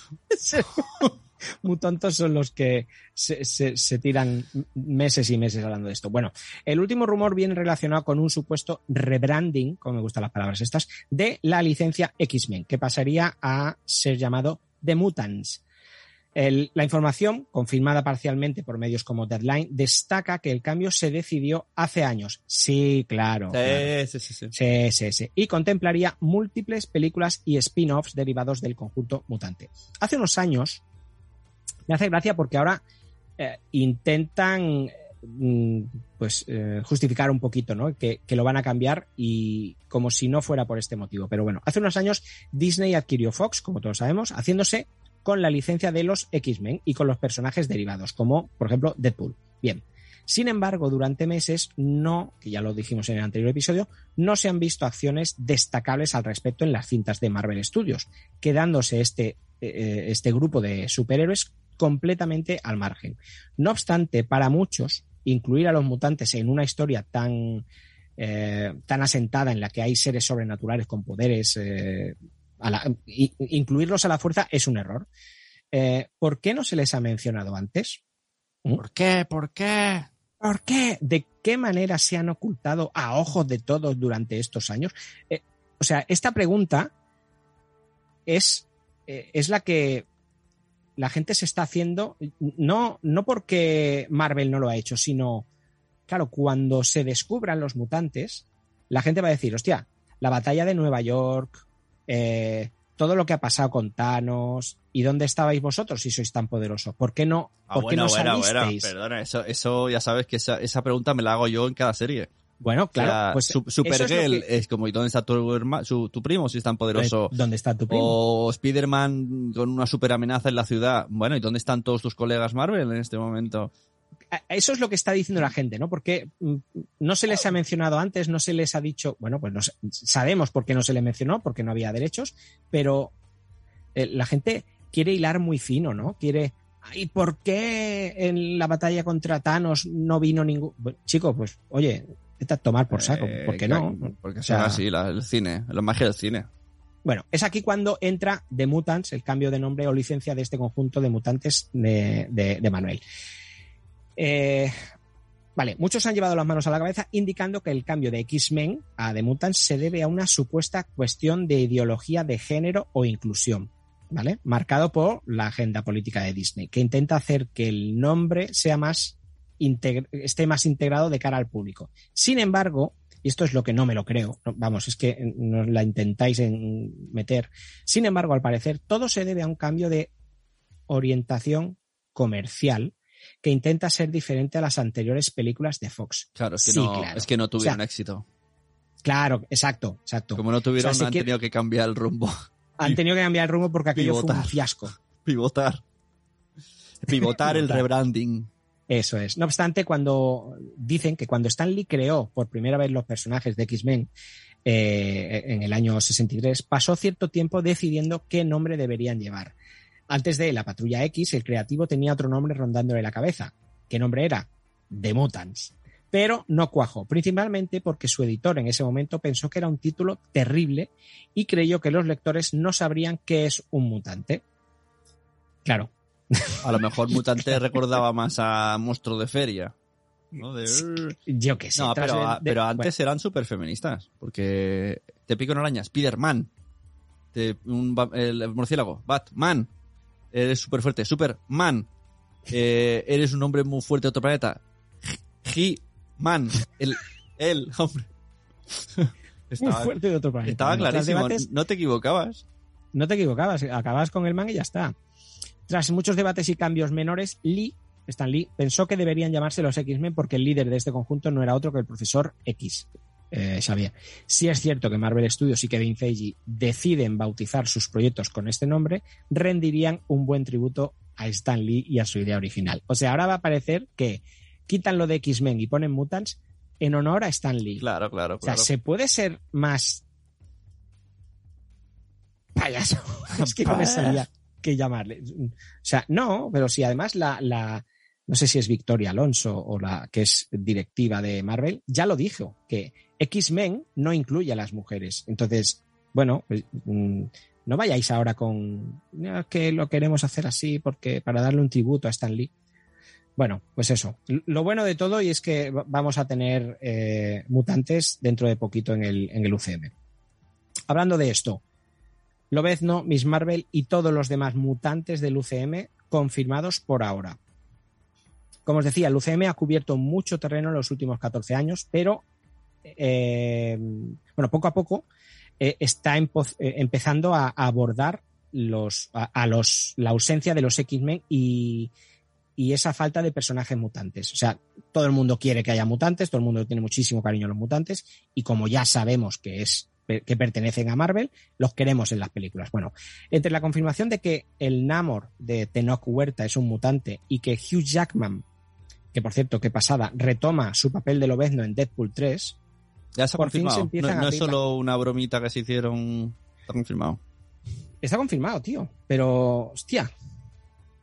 muy tontos son los que se, se- se tiran meses y meses hablando de esto. Bueno, el último rumor viene relacionado con un supuesto rebranding, como me gustan las palabras estas, de la licencia X-Men, que pasaría a ser llamado The Mutants. El- la información, confirmada parcialmente por medios como Deadline, destaca que el cambio se decidió hace años. Sí, claro. claro. Sí, sí, sí, sí. Sí, sí, sí. Y contemplaría múltiples películas y spin-offs derivados del conjunto mutante. Hace unos años, me hace gracia porque ahora eh, intentan mm, pues eh, justificar un poquito, ¿no? Que, que lo van a cambiar y como si no fuera por este motivo. Pero bueno, hace unos años Disney adquirió Fox, como todos sabemos, haciéndose con la licencia de los X-Men y con los personajes derivados, como por ejemplo Deadpool. Bien. Sin embargo, durante meses no, que ya lo dijimos en el anterior episodio, no se han visto acciones destacables al respecto en las cintas de Marvel Studios, quedándose este, eh, este grupo de superhéroes completamente al margen. No obstante, para muchos, incluir a los mutantes en una historia tan, eh, tan asentada en la que hay seres sobrenaturales con poderes, eh, a la, i, incluirlos a la fuerza es un error. Eh, ¿Por qué no se les ha mencionado antes? ¿Mm? ¿Por qué? ¿Por qué? ¿Por qué? ¿De qué manera se han ocultado a ojos de todos durante estos años? Eh, o sea, esta pregunta es, eh, es la que la gente se está haciendo, no, no porque Marvel no lo ha hecho, sino, claro, cuando se descubran los mutantes, la gente va a decir, hostia, la batalla de Nueva York, eh, todo lo que ha pasado con Thanos, ¿y dónde estabais vosotros si sois tan poderosos? ¿Por qué no, Ah, ¿por bueno, qué no bueno, salisteis? bueno, perdona, eso, eso ya sabes que esa, esa pregunta me la hago yo en cada serie. Bueno, claro, o sea, pues Su- eso es lo Supergirl es, que- como, ¿y dónde está tu, herma- su- tu primo si es tan poderoso? ¿Dónde está tu primo? O Spider-Man con una super amenaza en la ciudad. Bueno, ¿y dónde están todos tus colegas Marvel en este momento? Eso es lo que está diciendo la gente, ¿no? Porque mm, no se les ha mencionado antes, no se les ha dicho, bueno, pues no sé, sabemos por qué no se les mencionó, porque no había derechos, pero eh, la gente quiere hilar muy fino, ¿no? Quiere, ¿y por qué en la batalla contra Thanos no vino ningún...? Bueno, chico, pues, oye, vete a tomar por saco, Eh, ¿por qué no? Porque O son sea, así, la- el cine, la magia del cine. Bueno, es aquí cuando entra The Mutants, el cambio de nombre o licencia de este conjunto de mutantes de, de, de Manuel. Eh, vale, muchos han llevado las manos a la cabeza indicando que el cambio de X-Men a The Mutants se debe a una supuesta cuestión de ideología de género o inclusión, ¿vale? Marcado por la agenda política de Disney, que intenta hacer que el nombre sea más integr- esté más integrado de cara al público. Sin embargo, y esto es lo que no me lo creo, no, vamos, es que nos la intentáis en meter. Sin embargo, al parecer, todo se debe a un cambio de orientación comercial que intenta ser diferente a las anteriores películas de Fox. Claro, es que, Sí, no, claro. es que no tuvieron O sea, éxito. Claro, exacto, exacto. Como no tuvieron, O sea, se han quiere- tenido que cambiar el rumbo. Han tenido que cambiar el rumbo porque aquello fue Pivotar. un fiasco. Pivotar. Pivotar el Pivotar. rebranding. Eso es. No obstante, cuando dicen que cuando Stan Lee creó por primera vez los personajes de X-Men eh, en el año sesenta y tres, pasó cierto tiempo decidiendo qué nombre deberían llevar. Antes de La Patrulla X, el creativo tenía otro nombre rondándole la cabeza. ¿Qué nombre era? The Mutants. Pero no cuajó, principalmente porque su editor en ese momento pensó que era un título terrible y creyó que los lectores no sabrían qué es un mutante. Claro. A lo mejor Mutante recordaba más a Monstruo de Feria. ¿No? De... Yo qué sé. No, tras pero, el- a- de- pero bueno. antes eran súper feministas. Porque te pico una araña, Spider-Man. Te- un ba- el murciélago, Batman. Eres súper fuerte, Superman. Eh, eres un hombre muy fuerte de otro planeta. He-Man. El, el hombre. Muy Estaba, fuerte de otro planeta. estaba Bueno, tras clarísimo, debates, no te equivocabas. no te equivocabas, acababas con el man y ya está. Tras muchos debates y cambios menores, Lee, Stan Lee, pensó que deberían llamarse los X-Men porque el líder de este conjunto no era otro que el profesor X, eh, Xavier. Si es cierto que Marvel Studios y Kevin Feige deciden bautizar sus proyectos con este nombre, rendirían un buen tributo a Stan Lee y a su idea original. O sea, ahora va a parecer que quitan lo de X-Men y ponen Mutants en honor a Stan Lee. Claro, claro, O sea, claro. ¿se puede ser más payaso? Es que no me salía que llamarle. O sea, no, pero si además la, la, no sé si es Victoria Alonso o la que es directiva de Marvel, ya lo dijo, que X-Men no incluye a las mujeres. Entonces, bueno, pues, mm, no vayáis ahora con "No, es que lo queremos hacer así porque para darle un tributo a Stan Lee". Bueno, pues eso. Lo bueno de todo y es que va- vamos a tener eh, mutantes dentro de poquito en el, en el U C M. Hablando de esto, Lobezno, Miss Marvel y todos los demás mutantes del U C M confirmados por ahora. Como os decía, el U C M ha cubierto mucho terreno en los últimos catorce años, pero eh, bueno, poco a poco eh, está empo- eh, empezando a, a abordar los, a, a los, la ausencia de los X-Men y, y esa falta de personajes mutantes. O sea, todo el mundo quiere que haya mutantes, todo el mundo tiene muchísimo cariño a los mutantes y como ya sabemos que es que pertenecen a Marvel, los queremos en las películas. Bueno, entre la confirmación de que el Namor de Tenoch Huerta es un mutante y que Hugh Jackman, que por cierto, que pasada, retoma su papel de Lobezno en Deadpool tres, Ya se ha por fin se confirmado. empiezan No, a no es abrir la- solo una bromita que se hicieron. Está confirmado. está confirmado, tío. Pero, hostia.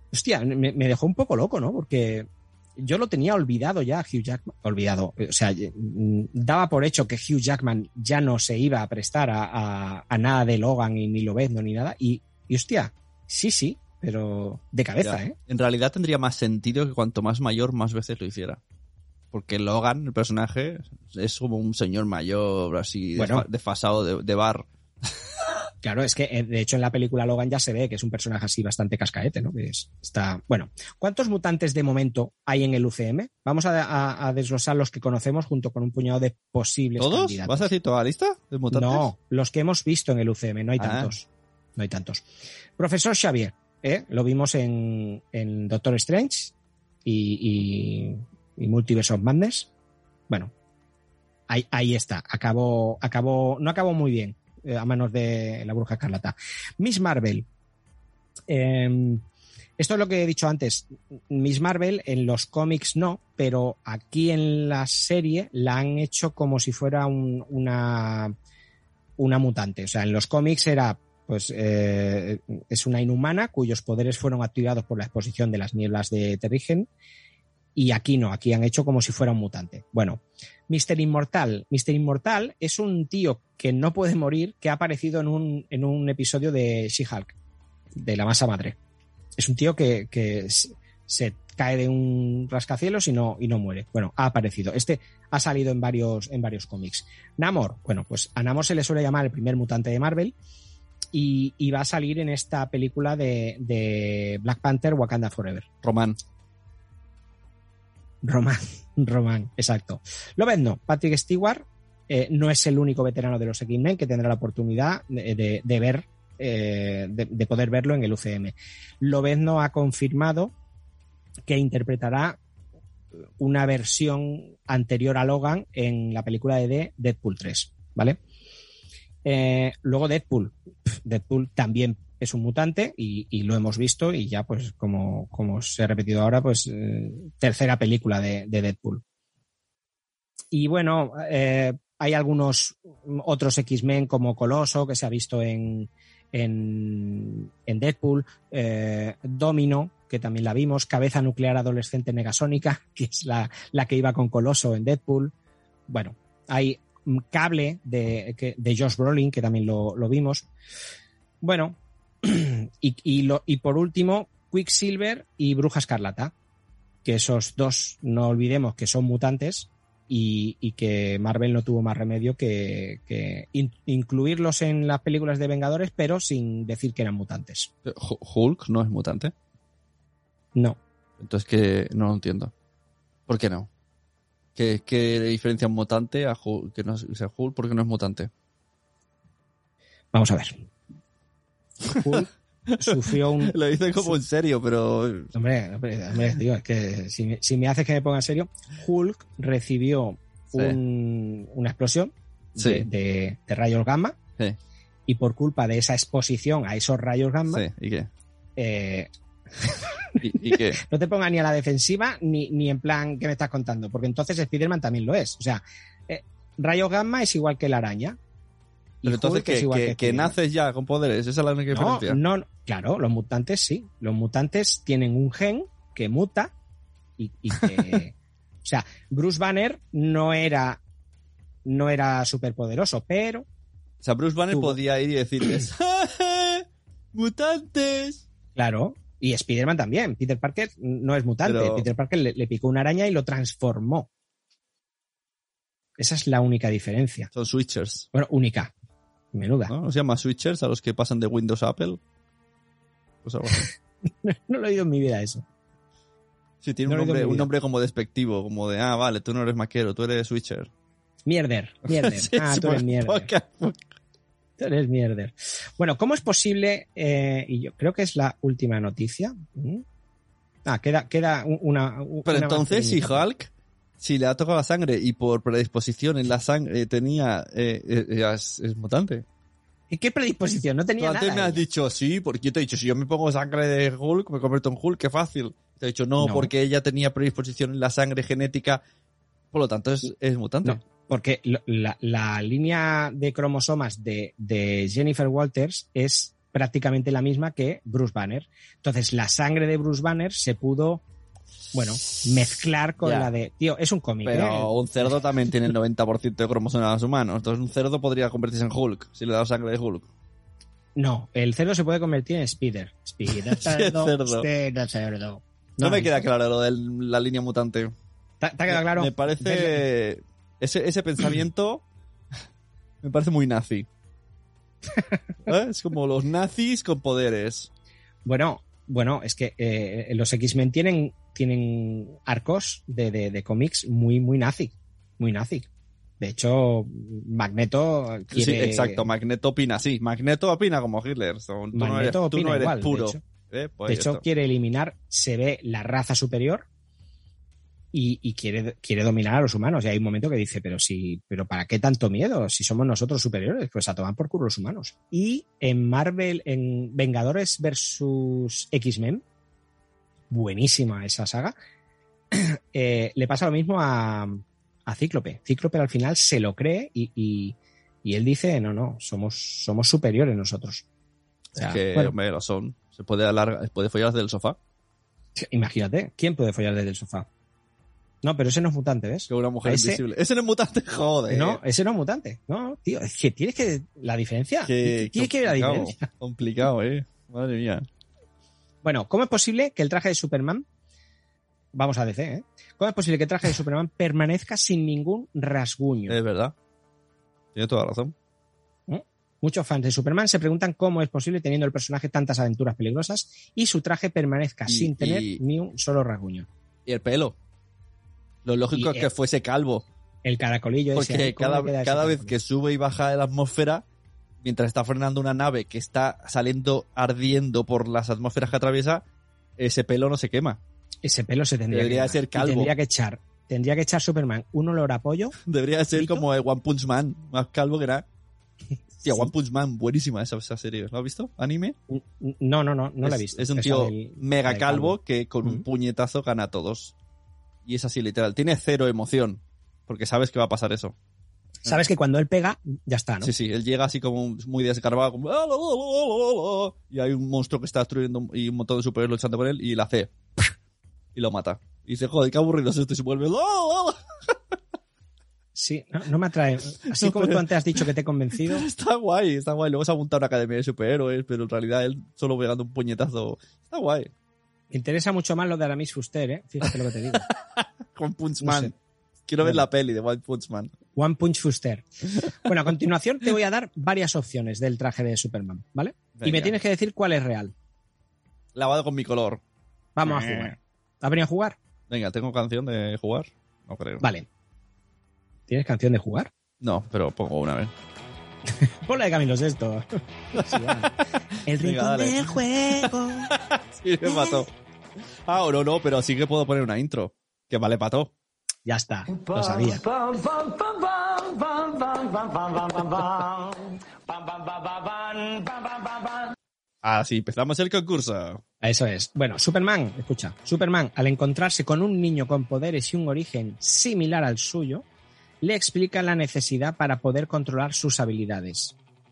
hostia, me, me dejó un poco loco, ¿no? Porque yo lo tenía olvidado ya, Hugh Jackman, olvidado, o sea, daba por hecho que Hugh Jackman ya no se iba a prestar a, a, a nada de Logan y ni Lobezno ni nada, y, y hostia, sí, sí, pero de cabeza, Ya. ¿eh? En realidad tendría más sentido que cuanto más mayor, más veces lo hiciera. Porque Logan, el personaje, es como un señor mayor, así, Bueno. desfa- desfasado de, de bar. Claro, es que eh, de hecho en la película Logan ya se ve que es un personaje así bastante cascaete, ¿no? Que es, está, bueno, ¿cuántos mutantes de momento hay en el U C M? Vamos a, a, a desglosar los que conocemos junto con un puñado de posibles ¿Todos? candidatos. ¿Vas a decir toda la lista de mutantes? No, los que hemos visto en el U C M, no hay Ah. tantos. No hay tantos. Profesor Xavier, ¿eh? Lo vimos en, en Doctor Strange y, y, y Multiverse of Madness. Bueno, ahí, ahí está. Acabó, acabó, no acabó muy bien eh, a manos de la Bruja Escarlata. Miss Marvel. Eh, esto es lo que he dicho antes. Miss Marvel en los cómics no, pero aquí en la serie la han hecho como si fuera un, una, una mutante. O sea, en los cómics era, pues, eh, es una inhumana cuyos poderes fueron activados por la exposición de las nieblas de Terrigen. Y aquí no, aquí han hecho como si fuera un mutante. Bueno, míster Inmortal. míster Inmortal es un tío que no puede morir, que ha aparecido en un, en un episodio de She-Hulk, de la masa madre. Es un tío que, que se cae de un rascacielos y no, y no muere. Bueno, ha aparecido. Este ha salido en varios, en varios cómics. Namor, bueno, pues a Namor se le suele llamar el primer mutante de Marvel y, y va a salir en esta película de, de Black Panther, Wakanda Forever. Román. Román, Román, exacto. Lobezno, Patrick Stewart, eh, no es el único veterano de los X-Men que tendrá la oportunidad de, de, de ver, eh, de, de poder verlo en el U C M. Lobezno ha confirmado que interpretará una versión anterior a Logan en la película de Deadpool tres, ¿vale? Eh, luego Deadpool. Deadpool también es un mutante y, y lo hemos visto y ya pues como, como se ha repetido ahora, pues eh, tercera película de, de Deadpool. Y bueno, eh, hay algunos otros X-Men como Coloso que se ha visto en, en, en Deadpool, eh, Domino, que también la vimos, Cabeza Nuclear Adolescente Negasónica, que es la, la que iba con Coloso en Deadpool. Bueno, hay Cable de, de Josh Brolin, que también lo, lo vimos. Bueno, y, y, lo, y por último, Quicksilver y Bruja Escarlata, que esos dos no olvidemos que son mutantes y, y que Marvel no tuvo más remedio que, que in, incluirlos en las películas de Vengadores, pero sin decir que eran mutantes. ¿Hulk no es mutante? No. Entonces, que no lo entiendo. ¿Por qué no? ¿Qué, qué diferencia un mutante a Hulk? Que no sea Hulk, ¿por qué no es mutante? Vamos a ver. Hulk sufrió un... Lo dice como en serio, pero... Hombre, hombre, hombre digo, es que si me, si me haces que me ponga en serio, Hulk recibió Sí. un, una explosión Sí. de, de, de rayos gamma Sí, y por culpa de esa exposición a esos rayos gamma, sí. ¿Y qué? eh, ¿Y, y qué? no te ponga ni a la defensiva ni, ni en plan ¿qué me estás contando? Porque entonces Spider-Man también lo es. O sea, eh, rayos gamma es igual que la araña. Y Pero entonces, Hulk es que, igual que, que Spider-Man. naces ya con poderes, esa es la única No, diferencia. no, claro, los mutantes sí. Los mutantes tienen un gen que muta y, y que... o sea, Bruce Banner no era no era superpoderoso, pero... O sea, Bruce Banner Tuvo. podía ir y decirles ¡mutantes! Claro, y Spider-Man también. Peter Parker no es mutante. Pero- Peter Parker le, le picó una araña y lo transformó. Esa es la única diferencia. Son switchers, Bueno, única. Menuda. ¿no? ¿No se llama switchers a los que pasan de Windows a Apple? Pues algo así. No lo he oído en mi vida eso. Sí, tiene No un lo he oído nombre, en mi un vida. nombre como despectivo, como de, ah, vale, tú no eres maquero, tú eres switcher. Mierder, mierder. Sí, Ah, sí, tú eres por- mierder. porque- Tú eres mierder. Bueno, ¿cómo es posible? Eh, y yo creo que es la última noticia. ¿Mm? Ah, queda, queda un- una. un- Pero una más entonces, si pequeñita. Hulk, si le ha tocado la sangre y por predisposición en la sangre tenía, eh, eh, eh, es, es mutante. ¿Y qué predisposición? No Tú tenía antes nada. me has ella. dicho, sí, porque yo te he dicho, si yo me pongo sangre de Hulk, me convierto en Hulk, qué fácil. Te he dicho, no, No. porque ella tenía predisposición en la sangre genética, por lo tanto es, es mutante. No, porque lo- la, la línea de cromosomas de, de Jennifer Walters es prácticamente la misma que Bruce Banner. Entonces, la sangre de Bruce Banner se pudo, bueno, mezclar con Ya. la de... Tío, es un cómic, Pero ¿eh? un cerdo también tiene el noventa por ciento de cromosomas humanos. Entonces un cerdo podría convertirse en Hulk si le da sangre de Hulk. No, el cerdo se puede convertir en Spider. Spider cerdo, cerdo. Spider cerdo. No, me ¿viste? queda claro lo de la línea mutante. ¿Te, te ha quedado claro? Me parece... Ese, ese pensamiento me parece muy nazi. ¿Eh? Es como los nazis con poderes. Bueno, bueno, es que eh, los X-Men tienen, tienen arcos de, de, de cómics muy, muy nazi. Muy nazi. De hecho, Magneto quiere... Sí, exacto. Magneto opina así. Magneto opina como Hitler. Tú no eres, Magneto tú no opina eres igual, de puro. hecho. ¿Eh? Pues De ahí hecho, está. quiere eliminar, se ve la raza superior y, y quiere, quiere dominar a los humanos. Y hay un momento que dice, pero si, pero ¿para qué tanto miedo? Si somos nosotros superiores, pues a tomar por culo los humanos. Y en Marvel, en Vengadores versus X-Men, buenísima esa saga, eh, le pasa lo mismo a, a Cíclope. Cíclope al final se lo cree y, y, y él dice, no, no, somos, somos superiores nosotros. O sea, Es que, bueno, hombre, lo son. Se puede alargar, puede follar desde el sofá. imagínate, ¿quién puede follar desde el sofá? No, pero ese no es mutante, ¿ves? Que una mujer Ese- invisible. Ese no es mutante, joder. No, ese no es mutante. No, tío, es que tienes que... La diferencia. Qué tienes que ver la complicado, diferencia. Complicado, eh. Madre mía. Bueno, ¿cómo es posible que el traje de Superman... Vamos a D C, ¿eh? ¿Cómo es posible que el traje de Superman permanezca sin ningún rasguño? Es verdad. Tiene toda razón. Muchos fans de Superman se preguntan cómo es posible, teniendo el personaje tantas aventuras peligrosas, y su traje permanezca Y- sin tener y- ni un solo rasguño. Y el pelo. Lo lógico Y, es que eh, fuese calvo. El caracolillo ese... Porque ahí, ¿cómo cada, le queda ese cada vez caracolillo? que sube y baja de la atmósfera, mientras está frenando una nave que está saliendo ardiendo por las atmósferas que atraviesa, ese pelo no se quema. Ese pelo se tendría Debería que ser quemar. Y calvo. Tendría que echar... Tendría que echar Superman un olor a pollo. Debería ser ¿Frito? como el One Punch Man, más calvo que nada. Tía, Sí. One Punch Man, buenísima esa, esa serie. ¿Lo has visto? ¿Anime? No, no, no, no es, la he visto. Es un Esa tío del- mega la de calvo que con un Ujú. puñetazo gana a todos. Y es así, literal. Tiene cero emoción. Porque sabes que va a pasar eso. Sabes que cuando él pega, ya está, ¿no? Sí, sí. Él llega así como muy desgarbado. Como... "Ah, la, la, la, la, la", y hay un monstruo que está destruyendo y un montón de superhéroes luchando con él y la hace. Y lo mata. Y dice, joder, qué aburrido es esto. Y se vuelve... "La, la, la". Sí, no, no me atrae. Así No, como pero- tú antes has dicho que te he convencido. Está guay, está guay. Luego se ha montado una academia de superhéroes, pero en realidad él solo pegando un puñetazo. Está guay. Me interesa mucho más lo de Aramis Fuster, ¿eh? Fíjate lo que te digo. Con Punch No Man. sé. Quiero ver Bueno. la peli de One Punch Man. One Punch Fuster. Bueno, a continuación te voy a dar varias opciones del traje de Superman, ¿vale? Y me Venga. tienes que decir cuál es real. Lavado con mi color. Vamos a Eh. jugar. ¿Has venido a jugar? Venga, ¿tengo canción de jugar? No creo. Vale. ¿Tienes canción de jugar? No, pero pongo una vez. Ponla de Camilo Sesto. Sí, vale. El Venga, rincón dale. del juego. Sí, me mató. Ah, o no, no, pero sí que puedo poner una intro. Que vale para todo. Ya está, lo sabía. Así empezamos el concurso. Eso es. Bueno, Superman, escucha, Superman, al encontrarse con un niño con poderes y un origen similar al suyo, le explica la necesidad para poder controlar sus habilidades.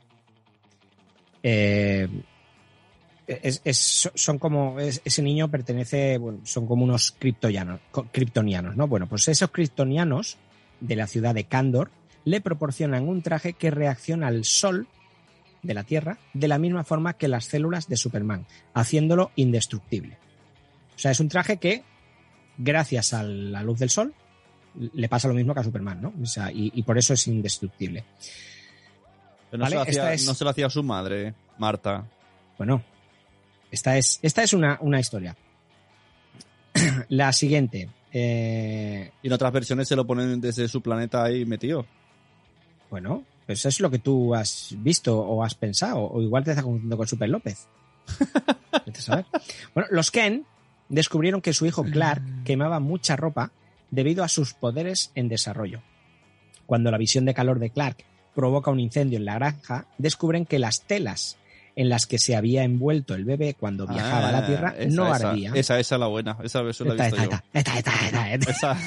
Eh, es, es- son como es- ese niño pertenece, bueno, son como unos kriptoyanos, co- kryptonianos, ¿no? Bueno, pues esos kryptonianos de la ciudad de Kandor le proporcionan un traje que reacciona al sol de la Tierra de la misma forma que las células de Superman, haciéndolo indestructible. O sea, es un traje que, gracias a la luz del sol, le pasa lo mismo que a Superman, ¿no? O sea, y, y por eso es indestructible. Pero no, Vale, se lo hacía, esta es- no se lo hacía su madre, Marta. Bueno, esta es, esta es una, una historia. La siguiente. eh, Y en otras versiones se lo ponen desde su planeta ahí metido. bueno, pues eso es lo que tú has visto o has pensado, o igual te estás confundiendo con Super López. Vete a saber. Bueno, los Ken descubrieron que su hijo Clark quemaba mucha ropa debido a sus poderes en desarrollo. Cuando la visión de calor de Clark provoca un incendio en la granja, descubren que las telas en las que se había envuelto el bebé cuando viajaba a la Tierra Ah, esa, no esa, ardían. Esa, esa es la buena. Esa versión la he Esta, visto esta, yo. esta, esta, esta, esta, esta.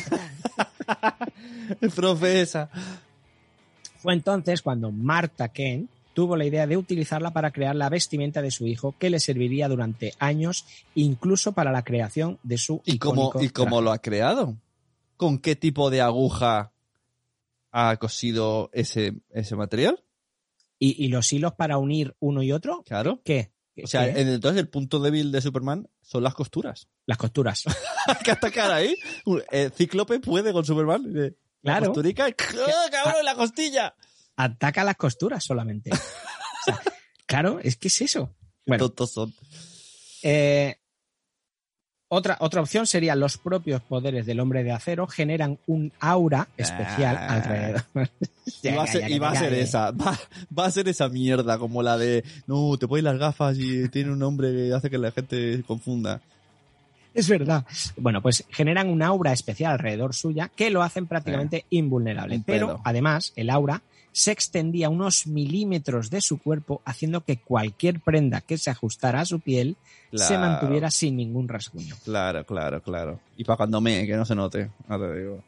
Esa. Profe, esa. Fue entonces cuando Martha Kent tuvo la idea de utilizarla para crear la vestimenta de su hijo, que le serviría durante años, incluso para la creación de su ¿Y cómo, icónico ¿Y cómo traje. lo ha creado? ¿Con qué tipo de aguja ha cosido ese, ese material? ¿Y, y los hilos para unir uno y otro? Claro. ¿Qué? O sea, ¿Qué? en- entonces el punto débil de Superman son las costuras. Las costuras. Hay que atacar ahí. Un- eh, Cíclope puede con Superman. eh, La Claro. costurica. ¡Oh, cabrón, la costilla! Ataca las costuras solamente. O sea, claro, es que es eso. Bueno, Tontos son. eh, otra, otra opción sería los propios poderes del hombre de acero generan un aura especial Ah. alrededor. Y va a ser, y va a ser esa. Va, va a ser esa mierda como la de no, te pones las gafas y tiene un nombre que hace que la gente se confunda. Es verdad. Bueno, pues generan un aura especial alrededor suya que lo hacen prácticamente invulnerable. Un Pero pedo. además, el aura se extendía unos milímetros de su cuerpo, haciendo que cualquier prenda que se ajustara a su piel se Claro. mantuviera sin ningún rasguño. Claro, claro, claro. Y para cuando me, que no se note. No te digo.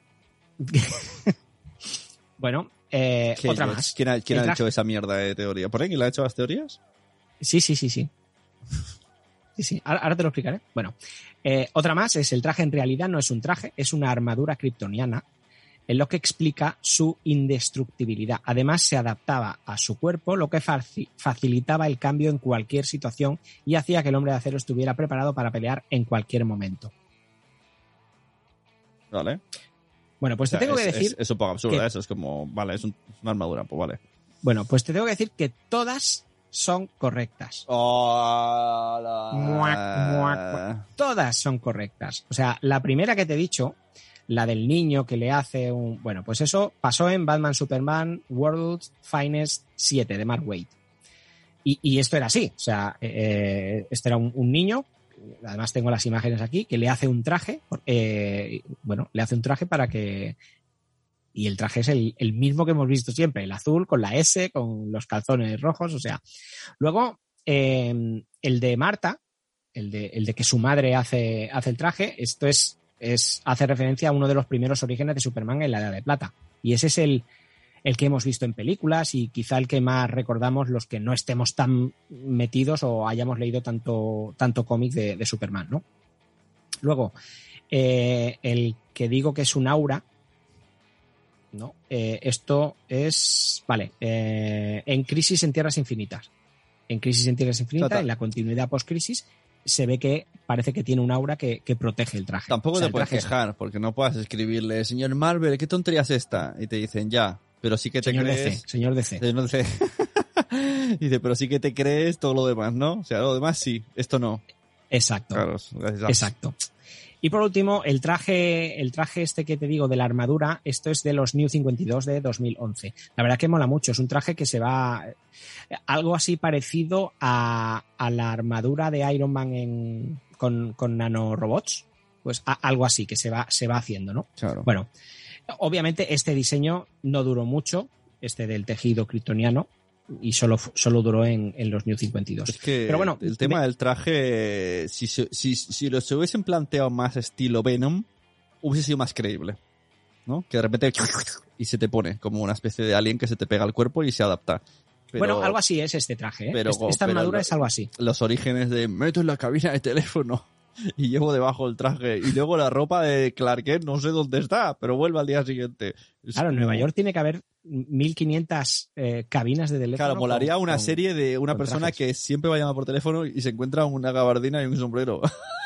Bueno, eh, ¿Qué otra es? más. ¿Quién ha, quién El ha traje- hecho esa mierda de teoría? ¿Por ahí quién le ha hecho las teorías? Sí, sí, sí, sí. Sí, sí. Ahora, ahora te lo explicaré. Bueno, eh, otra más es el traje en realidad no es un traje, es una armadura kryptoniana, en lo que explica su indestructibilidad. Además, se adaptaba a su cuerpo, lo que faci- facilitaba el cambio en cualquier situación y hacía que el hombre de acero estuviera preparado para pelear en cualquier momento. Vale. Bueno, pues O sea, te tengo es, que decir, Es, es un poco absurdo que- eso. Es como, vale, es, un- es una armadura, pues vale. bueno, pues te tengo que decir que todas son correctas. Hola. Muac, muac, muac. Todas son correctas. O sea, la primera que te he dicho, la del niño que le hace un... Bueno, pues eso pasó en Batman Superman World's Finest siete de Mark Waid. Y, y esto era así. O sea, eh, este era un, un niño, además tengo las imágenes aquí, que le hace un traje, eh, bueno, le hace un traje para que... Y el traje es el, el mismo que hemos visto siempre, el azul con la S, con los calzones rojos, o sea. Luego, eh, el de Marta, el de, el de que su madre hace, hace el traje, esto es, es, hace referencia a uno de los primeros orígenes de Superman en la Edad de Plata. Y ese es el, el que hemos visto en películas y quizá el que más recordamos los que no estemos tan metidos o hayamos leído tanto, tanto cómic de, de Superman, ¿no? Luego, eh, el que digo que es un aura, ¿no? Eh, esto es, vale, eh, en Crisis en Tierras Infinitas. En Crisis en Tierras Infinitas, Total. en la continuidad post-crisis, se ve que parece que tiene un aura que, que protege el traje. Tampoco O sea, te el puedes traje es- quejar, porque no puedes escribirle, señor Marvel, ¿qué tontería es esta? Y te dicen, ya, pero sí que te Señor crees... D C, señor D C. Señor D C. Dice, pero sí que te crees todo lo demás, ¿no? O sea, lo demás sí, esto no. Exacto. Claro, gracias a- Exacto. Y por último, el traje, el traje este que te digo de la armadura, esto es de los New cincuenta y dos de dos mil once. La verdad que mola mucho, es un traje que se va algo así parecido a, a la armadura de Iron Man en, con, con nanorobots, pues a- algo así que se va, se va haciendo, ¿no? Claro. Bueno, obviamente este diseño no duró mucho, este del tejido kryptoniano, y solo, fu- solo duró en, en los New cincuenta y dos. Es que Pero bueno, el tema me- del traje, si, se- si, si lo se hubiesen planteado más estilo Venom, hubiese sido más creíble, ¿no? Que de repente y se te pone como una especie de alien que se te pega al cuerpo y se adapta. Pero bueno, algo así es este traje, ¿eh? pero- Este- Esta pero armadura lo- es algo así. los orígenes de meto en la cabina de teléfono y llevo debajo el traje y luego la ropa de Clark Kent no sé dónde está, pero vuelve al día siguiente. Es Claro, en como- Nueva York tiene que haber mil quinientas eh, cabinas de teléfono. Claro, molaría con- una con- serie de una con persona trajes. que siempre va a llamar por teléfono y se encuentra una gabardina y un sombrero.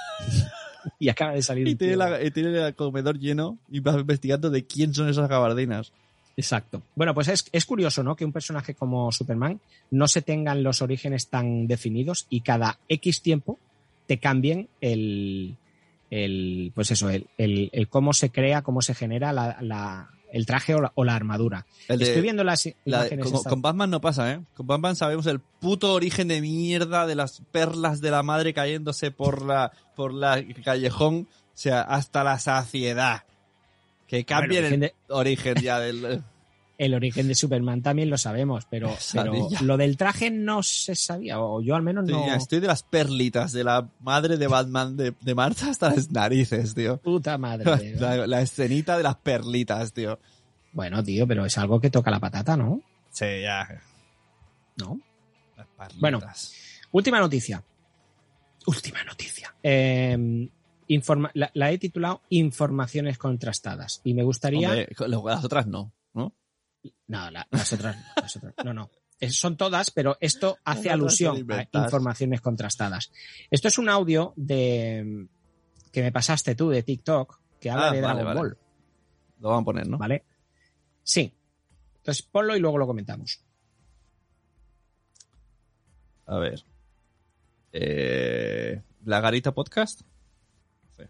Y acaba de salir y, un tiene tío. la- y tiene el comedor lleno y va investigando de quién son esas gabardinas. Exacto. Bueno, pues es, es curioso, ¿no? Que un personaje como Superman no se tengan los orígenes tan definidos y cada X tiempo te cambien el, el pues eso, el, el, el cómo se crea, cómo se genera la, la- el traje o la, o la armadura. El de- Estoy viendo las la- imágenes. con, estas- con Batman no pasa, ¿eh? Con Batman sabemos el puto origen de mierda de las perlas de la madre cayéndose por la, por la callejón, o sea, hasta la saciedad. Que Bueno, cambien el origen el de- origen ya del... El origen de Superman también lo sabemos, pero, pero Sabía. lo del traje no se sabía, o yo al menos Sí, no. ya, estoy de las perlitas de la madre de Batman de, de Marta hasta las narices, tío. Puta madre. La, la escenita de las perlitas, tío. Bueno, tío, pero es algo que toca la patata, ¿no? Sí, ya. No. Las parlitas. Bueno, última noticia. Última noticia. Eh, informa- la, la he titulado Informaciones contrastadas. Y me gustaría... Hombre, las otras no, ¿no? No, la- las otras no. Las otras, no, no. Es- son todas, pero esto hace Las otras alusión son a inventadas. informaciones contrastadas. Esto es un audio de que me pasaste tú de TikTok que habla Ah, de vale, Dragon vale. Ball. Lo van a poner, ¿no? ¿Vale? Sí. Entonces ponlo y luego lo comentamos. A ver. Eh, ¿La Garita Podcast? La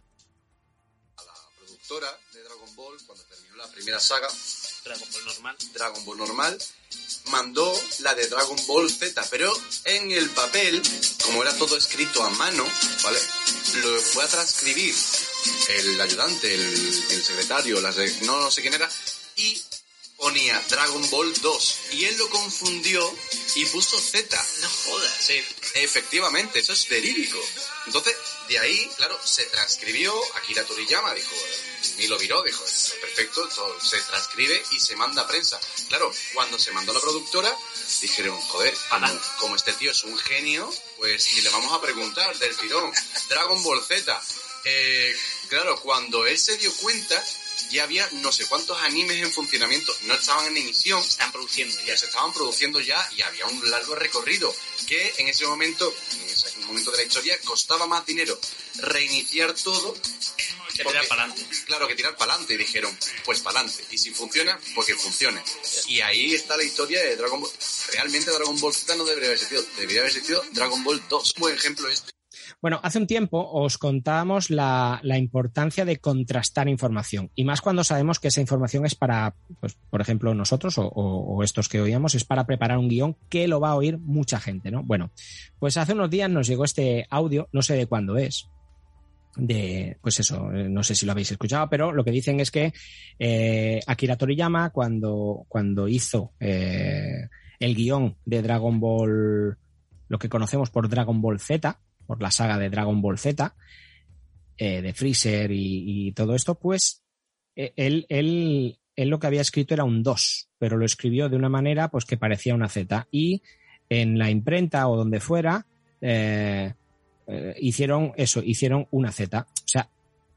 productora de Dragon Ball, cuando terminó la primera saga, Dragon Ball normal. Dragon Ball normal, mandó la de Dragon Ball Z, pero en el papel, como era todo escrito a mano, ¿vale? Lo fue a transcribir el ayudante, el, el secretario, las de, no, no sé quién era, y ponía Dragon Ball dos. Y él lo confundió y puso Z. No jodas, sí. Efectivamente, eso es verídico. Entonces, de ahí, claro, se transcribió. Akira Toriyama dijo, ni lo viró, dijo, perfecto, todo se transcribe y se manda a prensa. Claro, cuando se mandó a la productora, dijeron, joder, como, como este tío es un genio, pues ni le vamos a preguntar del tirón. Dragon Ball Z. Eh, claro, cuando él se dio cuenta, ya había no sé cuántos animes en funcionamiento, no estaban en emisión, Están produciendo ya. ya se estaban produciendo ya y había un largo recorrido que en ese momento, en ese momento de la historia, costaba más dinero reiniciar todo Que porque- tirar para adelante. claro, que tirar para adelante. Y dijeron, pues para adelante. Y si funciona, pues que funcione. Y ahí está la historia de Dragon Ball. Realmente Dragon Ball Z no debería haber existido, debería haber existido Dragon Ball dos. Buen ejemplo este. Bueno, hace un tiempo os contábamos la, la importancia de contrastar información. Y más cuando sabemos que esa información es para, pues, por ejemplo, nosotros o, o- o estos que oíamos, es para preparar un guión que lo va a oír mucha gente, ¿no? Bueno, pues hace unos días nos llegó este audio, no sé de cuándo es, de, pues eso, eh, no sé si lo habéis escuchado, pero lo que dicen es que eh, Akira Toriyama, cuando, cuando hizo eh, el guión de Dragon Ball, lo que conocemos por Dragon Ball Z, por la saga de Dragon Ball Z, eh, de Freezer y, y todo esto, pues eh, él, él, él lo que había escrito era un dos, pero lo escribió de una manera pues que parecía una Z. Y en la imprenta o donde fuera, eh, eh, hicieron eso, hicieron una Z. O sea,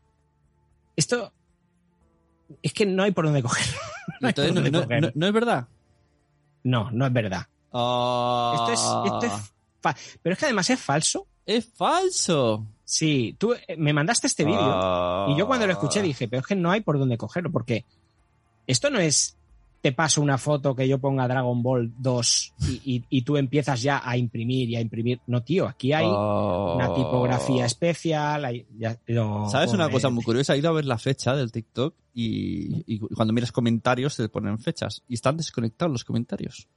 esto es que no hay por dónde cogerlo. No hay por Entonces, no, dónde no- cogerlo. no- no es verdad. No, no es verdad. Ah, Esto es, esto es fa- pero es que además es falso. es falso. Sí, tú eh, me mandaste este vídeo Ah. y yo cuando lo escuché dije, pero es que no hay por dónde cogerlo, porque esto no es te paso una foto que yo ponga Dragon Ball dos y, y- y tú empiezas ya a imprimir y a imprimir. No, tío, aquí hay Ah. una tipografía especial. Hay, ya- no, ¿Sabes una joder. cosa muy curiosa? He ido a ver la fecha del TikTok y, y cuando miras comentarios te ponen fechas y están desconectados los comentarios.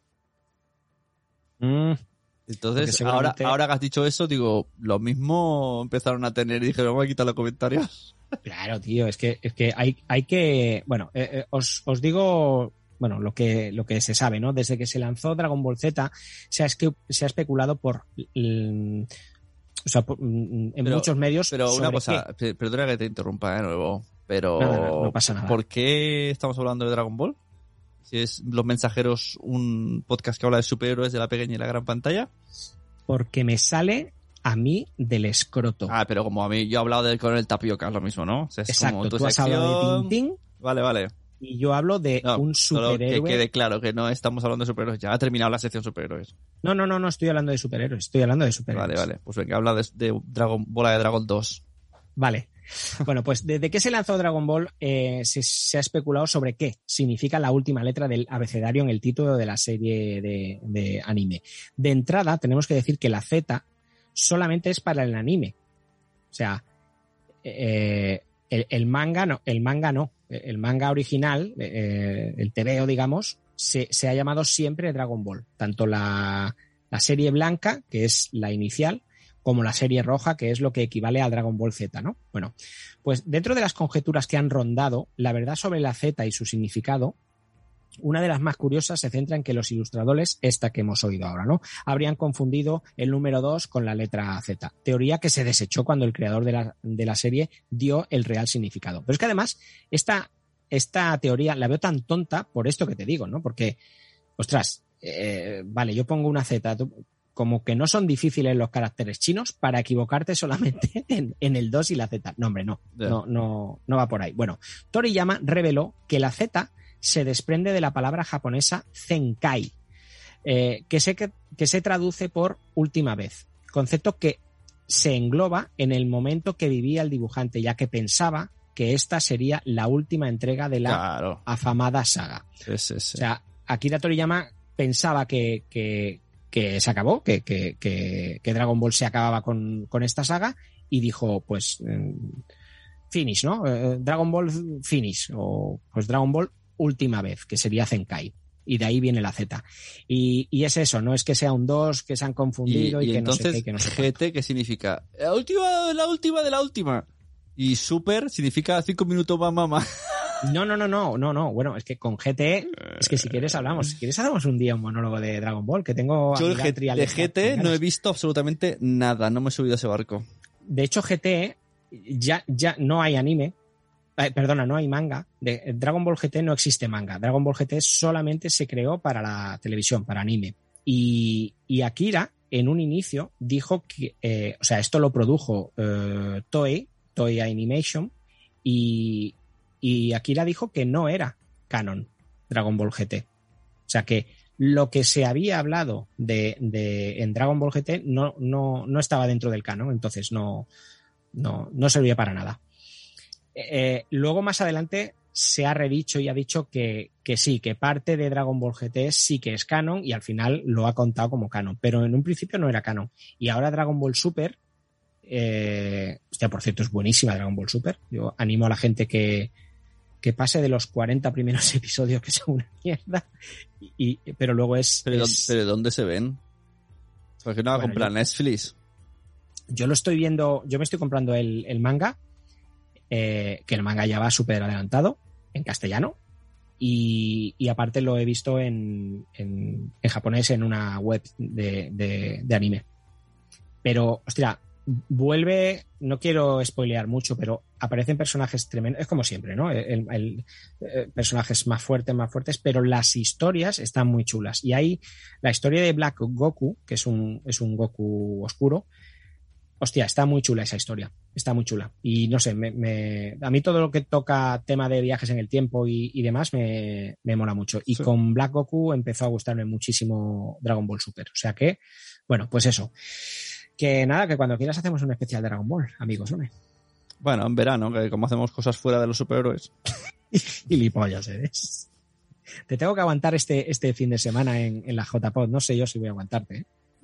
Mm, Porque Entonces, seguramente- ahora, ahora que has dicho eso, digo, lo mismo empezaron a tener y dijeron, vamos a quitar los comentarios. claro, tío, es que, es que hay, hay que. Bueno, eh, eh, os, os digo. Bueno, lo que, lo que se sabe, ¿no? Desde que se lanzó Dragon Ball Z, se ha, esque- se ha especulado por. mm, o sea, por- mm, en Pero- muchos medios. Pero una sobre cosa, qué. pe- perdona que te interrumpa de nuevo, pero Nada, nada, no pasa nada. ¿por qué estamos hablando de Dragon Ball? Si es Los Mensajeros, un podcast que habla de superhéroes de la pequeña y la gran pantalla. Porque me sale a mí del escroto. Ah, pero como a mí, yo he hablado de con el tapioca, es lo mismo, ¿no? O sea, es Exacto, como tu tú has hablado de sección. Tintín Vale, vale. y yo hablo de No, un solo superhéroe. que quede claro que no estamos hablando de superhéroes. Ya ha terminado la sección superhéroes. No, no, no, no estoy hablando de superhéroes, estoy hablando de superhéroes. Vale, vale. Pues venga, habla de, de Dragon, Bola de Dragon dos. Vale. Bueno, pues desde que se lanzó Dragon Ball eh, se, se ha especulado sobre qué significa la última letra del abecedario en el título de la serie de, de anime. De entrada, tenemos que decir que la Z solamente es para el anime. O sea, eh, el, el manga no, el manga no. El manga original, eh, el tebeo, digamos, se, se ha llamado siempre Dragon Ball. Tanto la, la serie blanca, que es la inicial, como la serie roja, que es lo que equivale a Dragon Ball Z, ¿no? Bueno, pues dentro de las conjeturas que han rondado, la verdad sobre la Z y su significado, una de las más curiosas se centra en que los ilustradores, esta que hemos oído ahora, ¿no?, habrían confundido el número dos con la letra Z. Teoría que se desechó cuando el creador de la, de la serie dio el real significado. Pero es que además, esta, esta teoría la veo tan tonta por esto que te digo, ¿no? Porque, ostras, eh, vale, yo pongo una Z, tú- como que no son difíciles los caracteres chinos para equivocarte solamente en, en el dos y la Z. No, hombre, no, Ya. no, no, no va por ahí. Bueno, Toriyama reveló que la Z se desprende de la palabra japonesa Zenkai, eh, que, se, que, que se traduce por última vez, concepto que se engloba en el momento que vivía el dibujante, ya que pensaba que esta sería la última entrega de la Claro. afamada saga. Sí, sí, sí. O sea, Akira Toriyama pensaba que, que, que se acabó, que, que, que, que Dragon Ball se acababa con, con esta saga y dijo, pues, eh, finish, ¿no? Eh, Dragon Ball finish o pues Dragon Ball última vez, que sería Zenkai. Y de ahí viene la Z. Y, y es eso, no es que sea un dos, que se han y, confundido y, y que no sé entonces, qué, y que no sé cuánto. G T, ¿qué significa? La última, la última de la última. Y Super significa cinco minutos más, mamá. No, no, no, no, no, no. Bueno, es que con G T, es que si quieres hablamos, si quieres hacemos un día un monólogo de Dragon Ball, que tengo... Yo a el mi G- Gatri al de estar G T con no ganas. he visto absolutamente nada. No me he subido a ese barco. De hecho, G T ya, ya no hay anime, eh, perdona, no hay manga. De Dragon Ball G T no existe manga. Dragon Ball G T solamente se creó para la televisión, para anime. Y, y Akira, en un inicio, dijo que, eh, o sea, esto lo produjo eh, Toei, Toei Animation, y, y Akira dijo que no era canon Dragon Ball G T. O sea que lo que se había hablado de, de en Dragon Ball G T no, no, no estaba dentro del canon, entonces no, no, no servía para nada. Eh, luego más adelante se ha redicho y ha dicho que, que sí, que parte de Dragon Ball G T sí que es canon y al final lo ha contado como canon, pero en un principio no era canon. Y ahora Dragon Ball Super, eh, hostia, por cierto, es buenísima Dragon Ball Super. Yo animo a la gente que, que pase de los cuarenta primeros episodios, que son una mierda, y, y- pero luego es... ¿Pero, es- pero ¿dónde se ven? ¿Por qué no va a Bueno, comprar yo- Netflix? yo lo estoy viendo, yo me estoy comprando el, el manga, eh, que el manga ya va súper adelantado en castellano, y, y aparte lo he visto en, en, en japonés en una web de, de, de anime. Pero, hostia, vuelve, no quiero spoilear mucho, pero aparecen personajes tremendos, es como siempre, ¿no? El, el- eh, personajes más fuertes, más fuertes, pero las historias están muy chulas. Y hay la historia de Black Goku, que es un, es un Goku oscuro. Hostia, está muy chula esa historia, está muy chula. Y no sé, me, me- a mí todo lo que toca tema de viajes en el tiempo y, y demás me, me mola mucho. Y Sí. con Black Goku empezó a gustarme muchísimo Dragon Ball Super. O sea que, bueno, pues eso. Que nada, que cuando quieras hacemos un especial de Dragon Ball, amigos, ¿no? Bueno, en verano, que como hacemos cosas fuera de los superhéroes. Gilipollas eres. Te tengo que aguantar este, este fin de semana en, en la J-Pod. No sé yo si voy a aguantarte, ¿eh?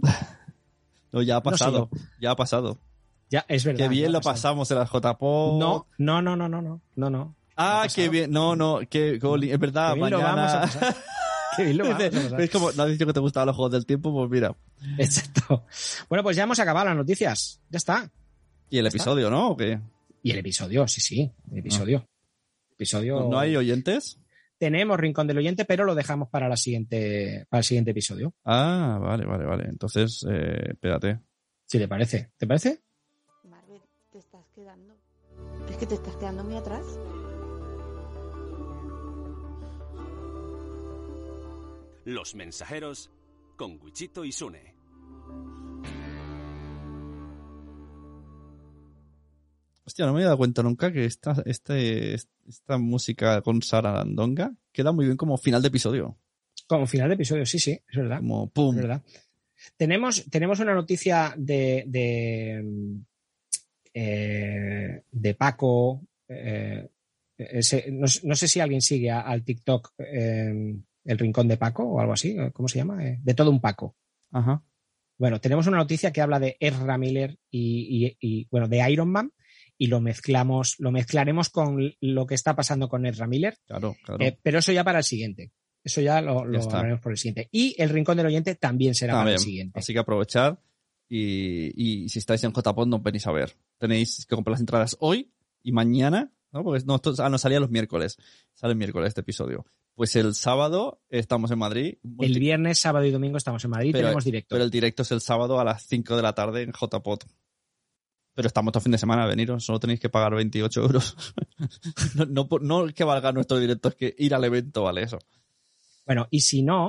No, ya ha No sé pasado. Ya ha pasado. Ya, es verdad. Qué ya bien ha lo pasado. pasamos en la J-Pop. No, no, no, no, no, no, no, no. Ah, ha qué pasado. bien. No, no, qué Goli. Es verdad, Qué bien lo vamos a mañana. pasar. Qué bien lo vamos a pasar. Es como, no has dicho que te gustaban los juegos del tiempo, pues mira. Exacto. Bueno, pues ya hemos acabado las noticias. Ya está. Y el Ya está. episodio, ¿no? ¿O qué? Y el episodio, sí, sí. El episodio. Episodio. ¿No, no hay oyentes? Tenemos Rincón del Oyente, pero lo dejamos para, la siguiente, para el siguiente episodio. Ah, vale, vale, vale. Entonces, eh, espérate. Si te parece. ¿Te parece? Marvel, te estás quedando. Es que te estás quedando muy atrás. Los mensajeros con Wichito y Sune. Hostia, no me he dado cuenta nunca que esta, este, esta música con Sara Landonga queda muy bien como final de episodio. Como final de episodio, sí, sí, es verdad. Como pum. Es verdad. Tenemos, tenemos una noticia de, de, eh, de Paco. eh, ese- no, no sé si alguien sigue a- al TikTok eh, El Rincón de Paco o algo así. ¿Cómo se llama? Eh, de todo un Paco. Ajá. Bueno, tenemos una noticia que habla de Ezra Miller y, y- y, bueno, de Iron Man, y lo mezclamos, lo mezclaremos con lo que está pasando con Ezra Miller, Claro, claro. eh, pero eso ya para el siguiente. Eso ya lo, lo Ya está. hablaremos por el siguiente. Y el Rincón del Oyente también será para También. el siguiente. Así que aprovechar y, y si estáis en J-Pod no venís a ver. Tenéis que comprar las entradas hoy y mañana, ¿no? Porque no, esto, ah, no salía los miércoles. Sale el miércoles este episodio. Pues el sábado estamos en Madrid. El Multi- viernes, sábado y domingo estamos en Madrid, Pero- tenemos directo. Pero el directo es el sábado a las cinco de la tarde en J-Pod. Pero estamos todo fin de semana, veniros. Solo tenéis que pagar veintiocho euros. no, no, por- no que valga nuestro directo, es que ir al evento vale eso. Bueno, y si no,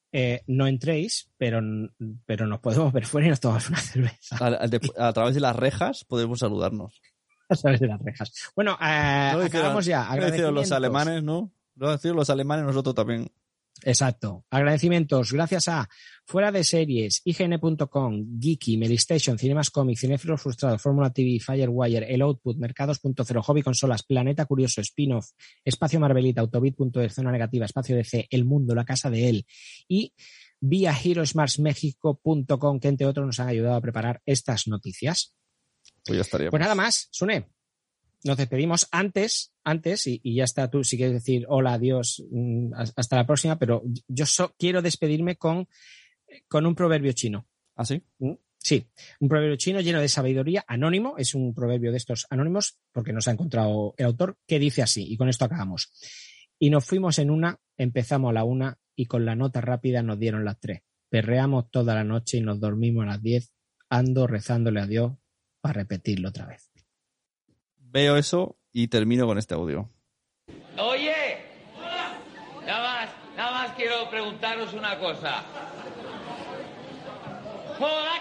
eh, no entréis, pero, pero nos podemos ver fuera y nos tomamos una cerveza. A, a, a través de las rejas podemos saludarnos. A través de las rejas. Bueno, eh, No acabamos ya. No decían los Agradecimientos. alemanes, ¿no? No decían los alemanes, nosotros también. Exacto. Agradecimientos gracias a Fuera de Series, I G N punto com, Geeky, Medistation, Cinemas Comics, Cinéfilos Frustrados, Fórmula T V, Firewire, El Output, Mercados punto cero, Hobby Consolas, Planeta Curioso, Spin-Off, Espacio Marvelita, Autobit punto es, Zona Negativa, Espacio D C, El Mundo, La Casa de Él y vía Heroesmars México punto com, que entre otros nos han ayudado a preparar estas noticias. Pues ya estaría. Pues nada más, Sune. Nos despedimos antes, antes, y, y ya está, tú si quieres decir hola, adiós, mmm, hasta la próxima, pero yo so, quiero despedirme con, con un proverbio chino. ¿Ah, sí? Sí, un proverbio chino lleno de sabiduría, anónimo, es un proverbio de estos anónimos, porque nos ha encontrado el autor, que dice así, y con esto acabamos. Y nos fuimos en una, empezamos a la una, y con la nota rápida nos dieron las tres. Perreamos toda la noche y nos dormimos a las diez, ando rezándole a Dios para repetirlo otra vez. Veo eso y termino con este audio. Oye, nada más, nada más quiero preguntaros una cosa. ¡Joder!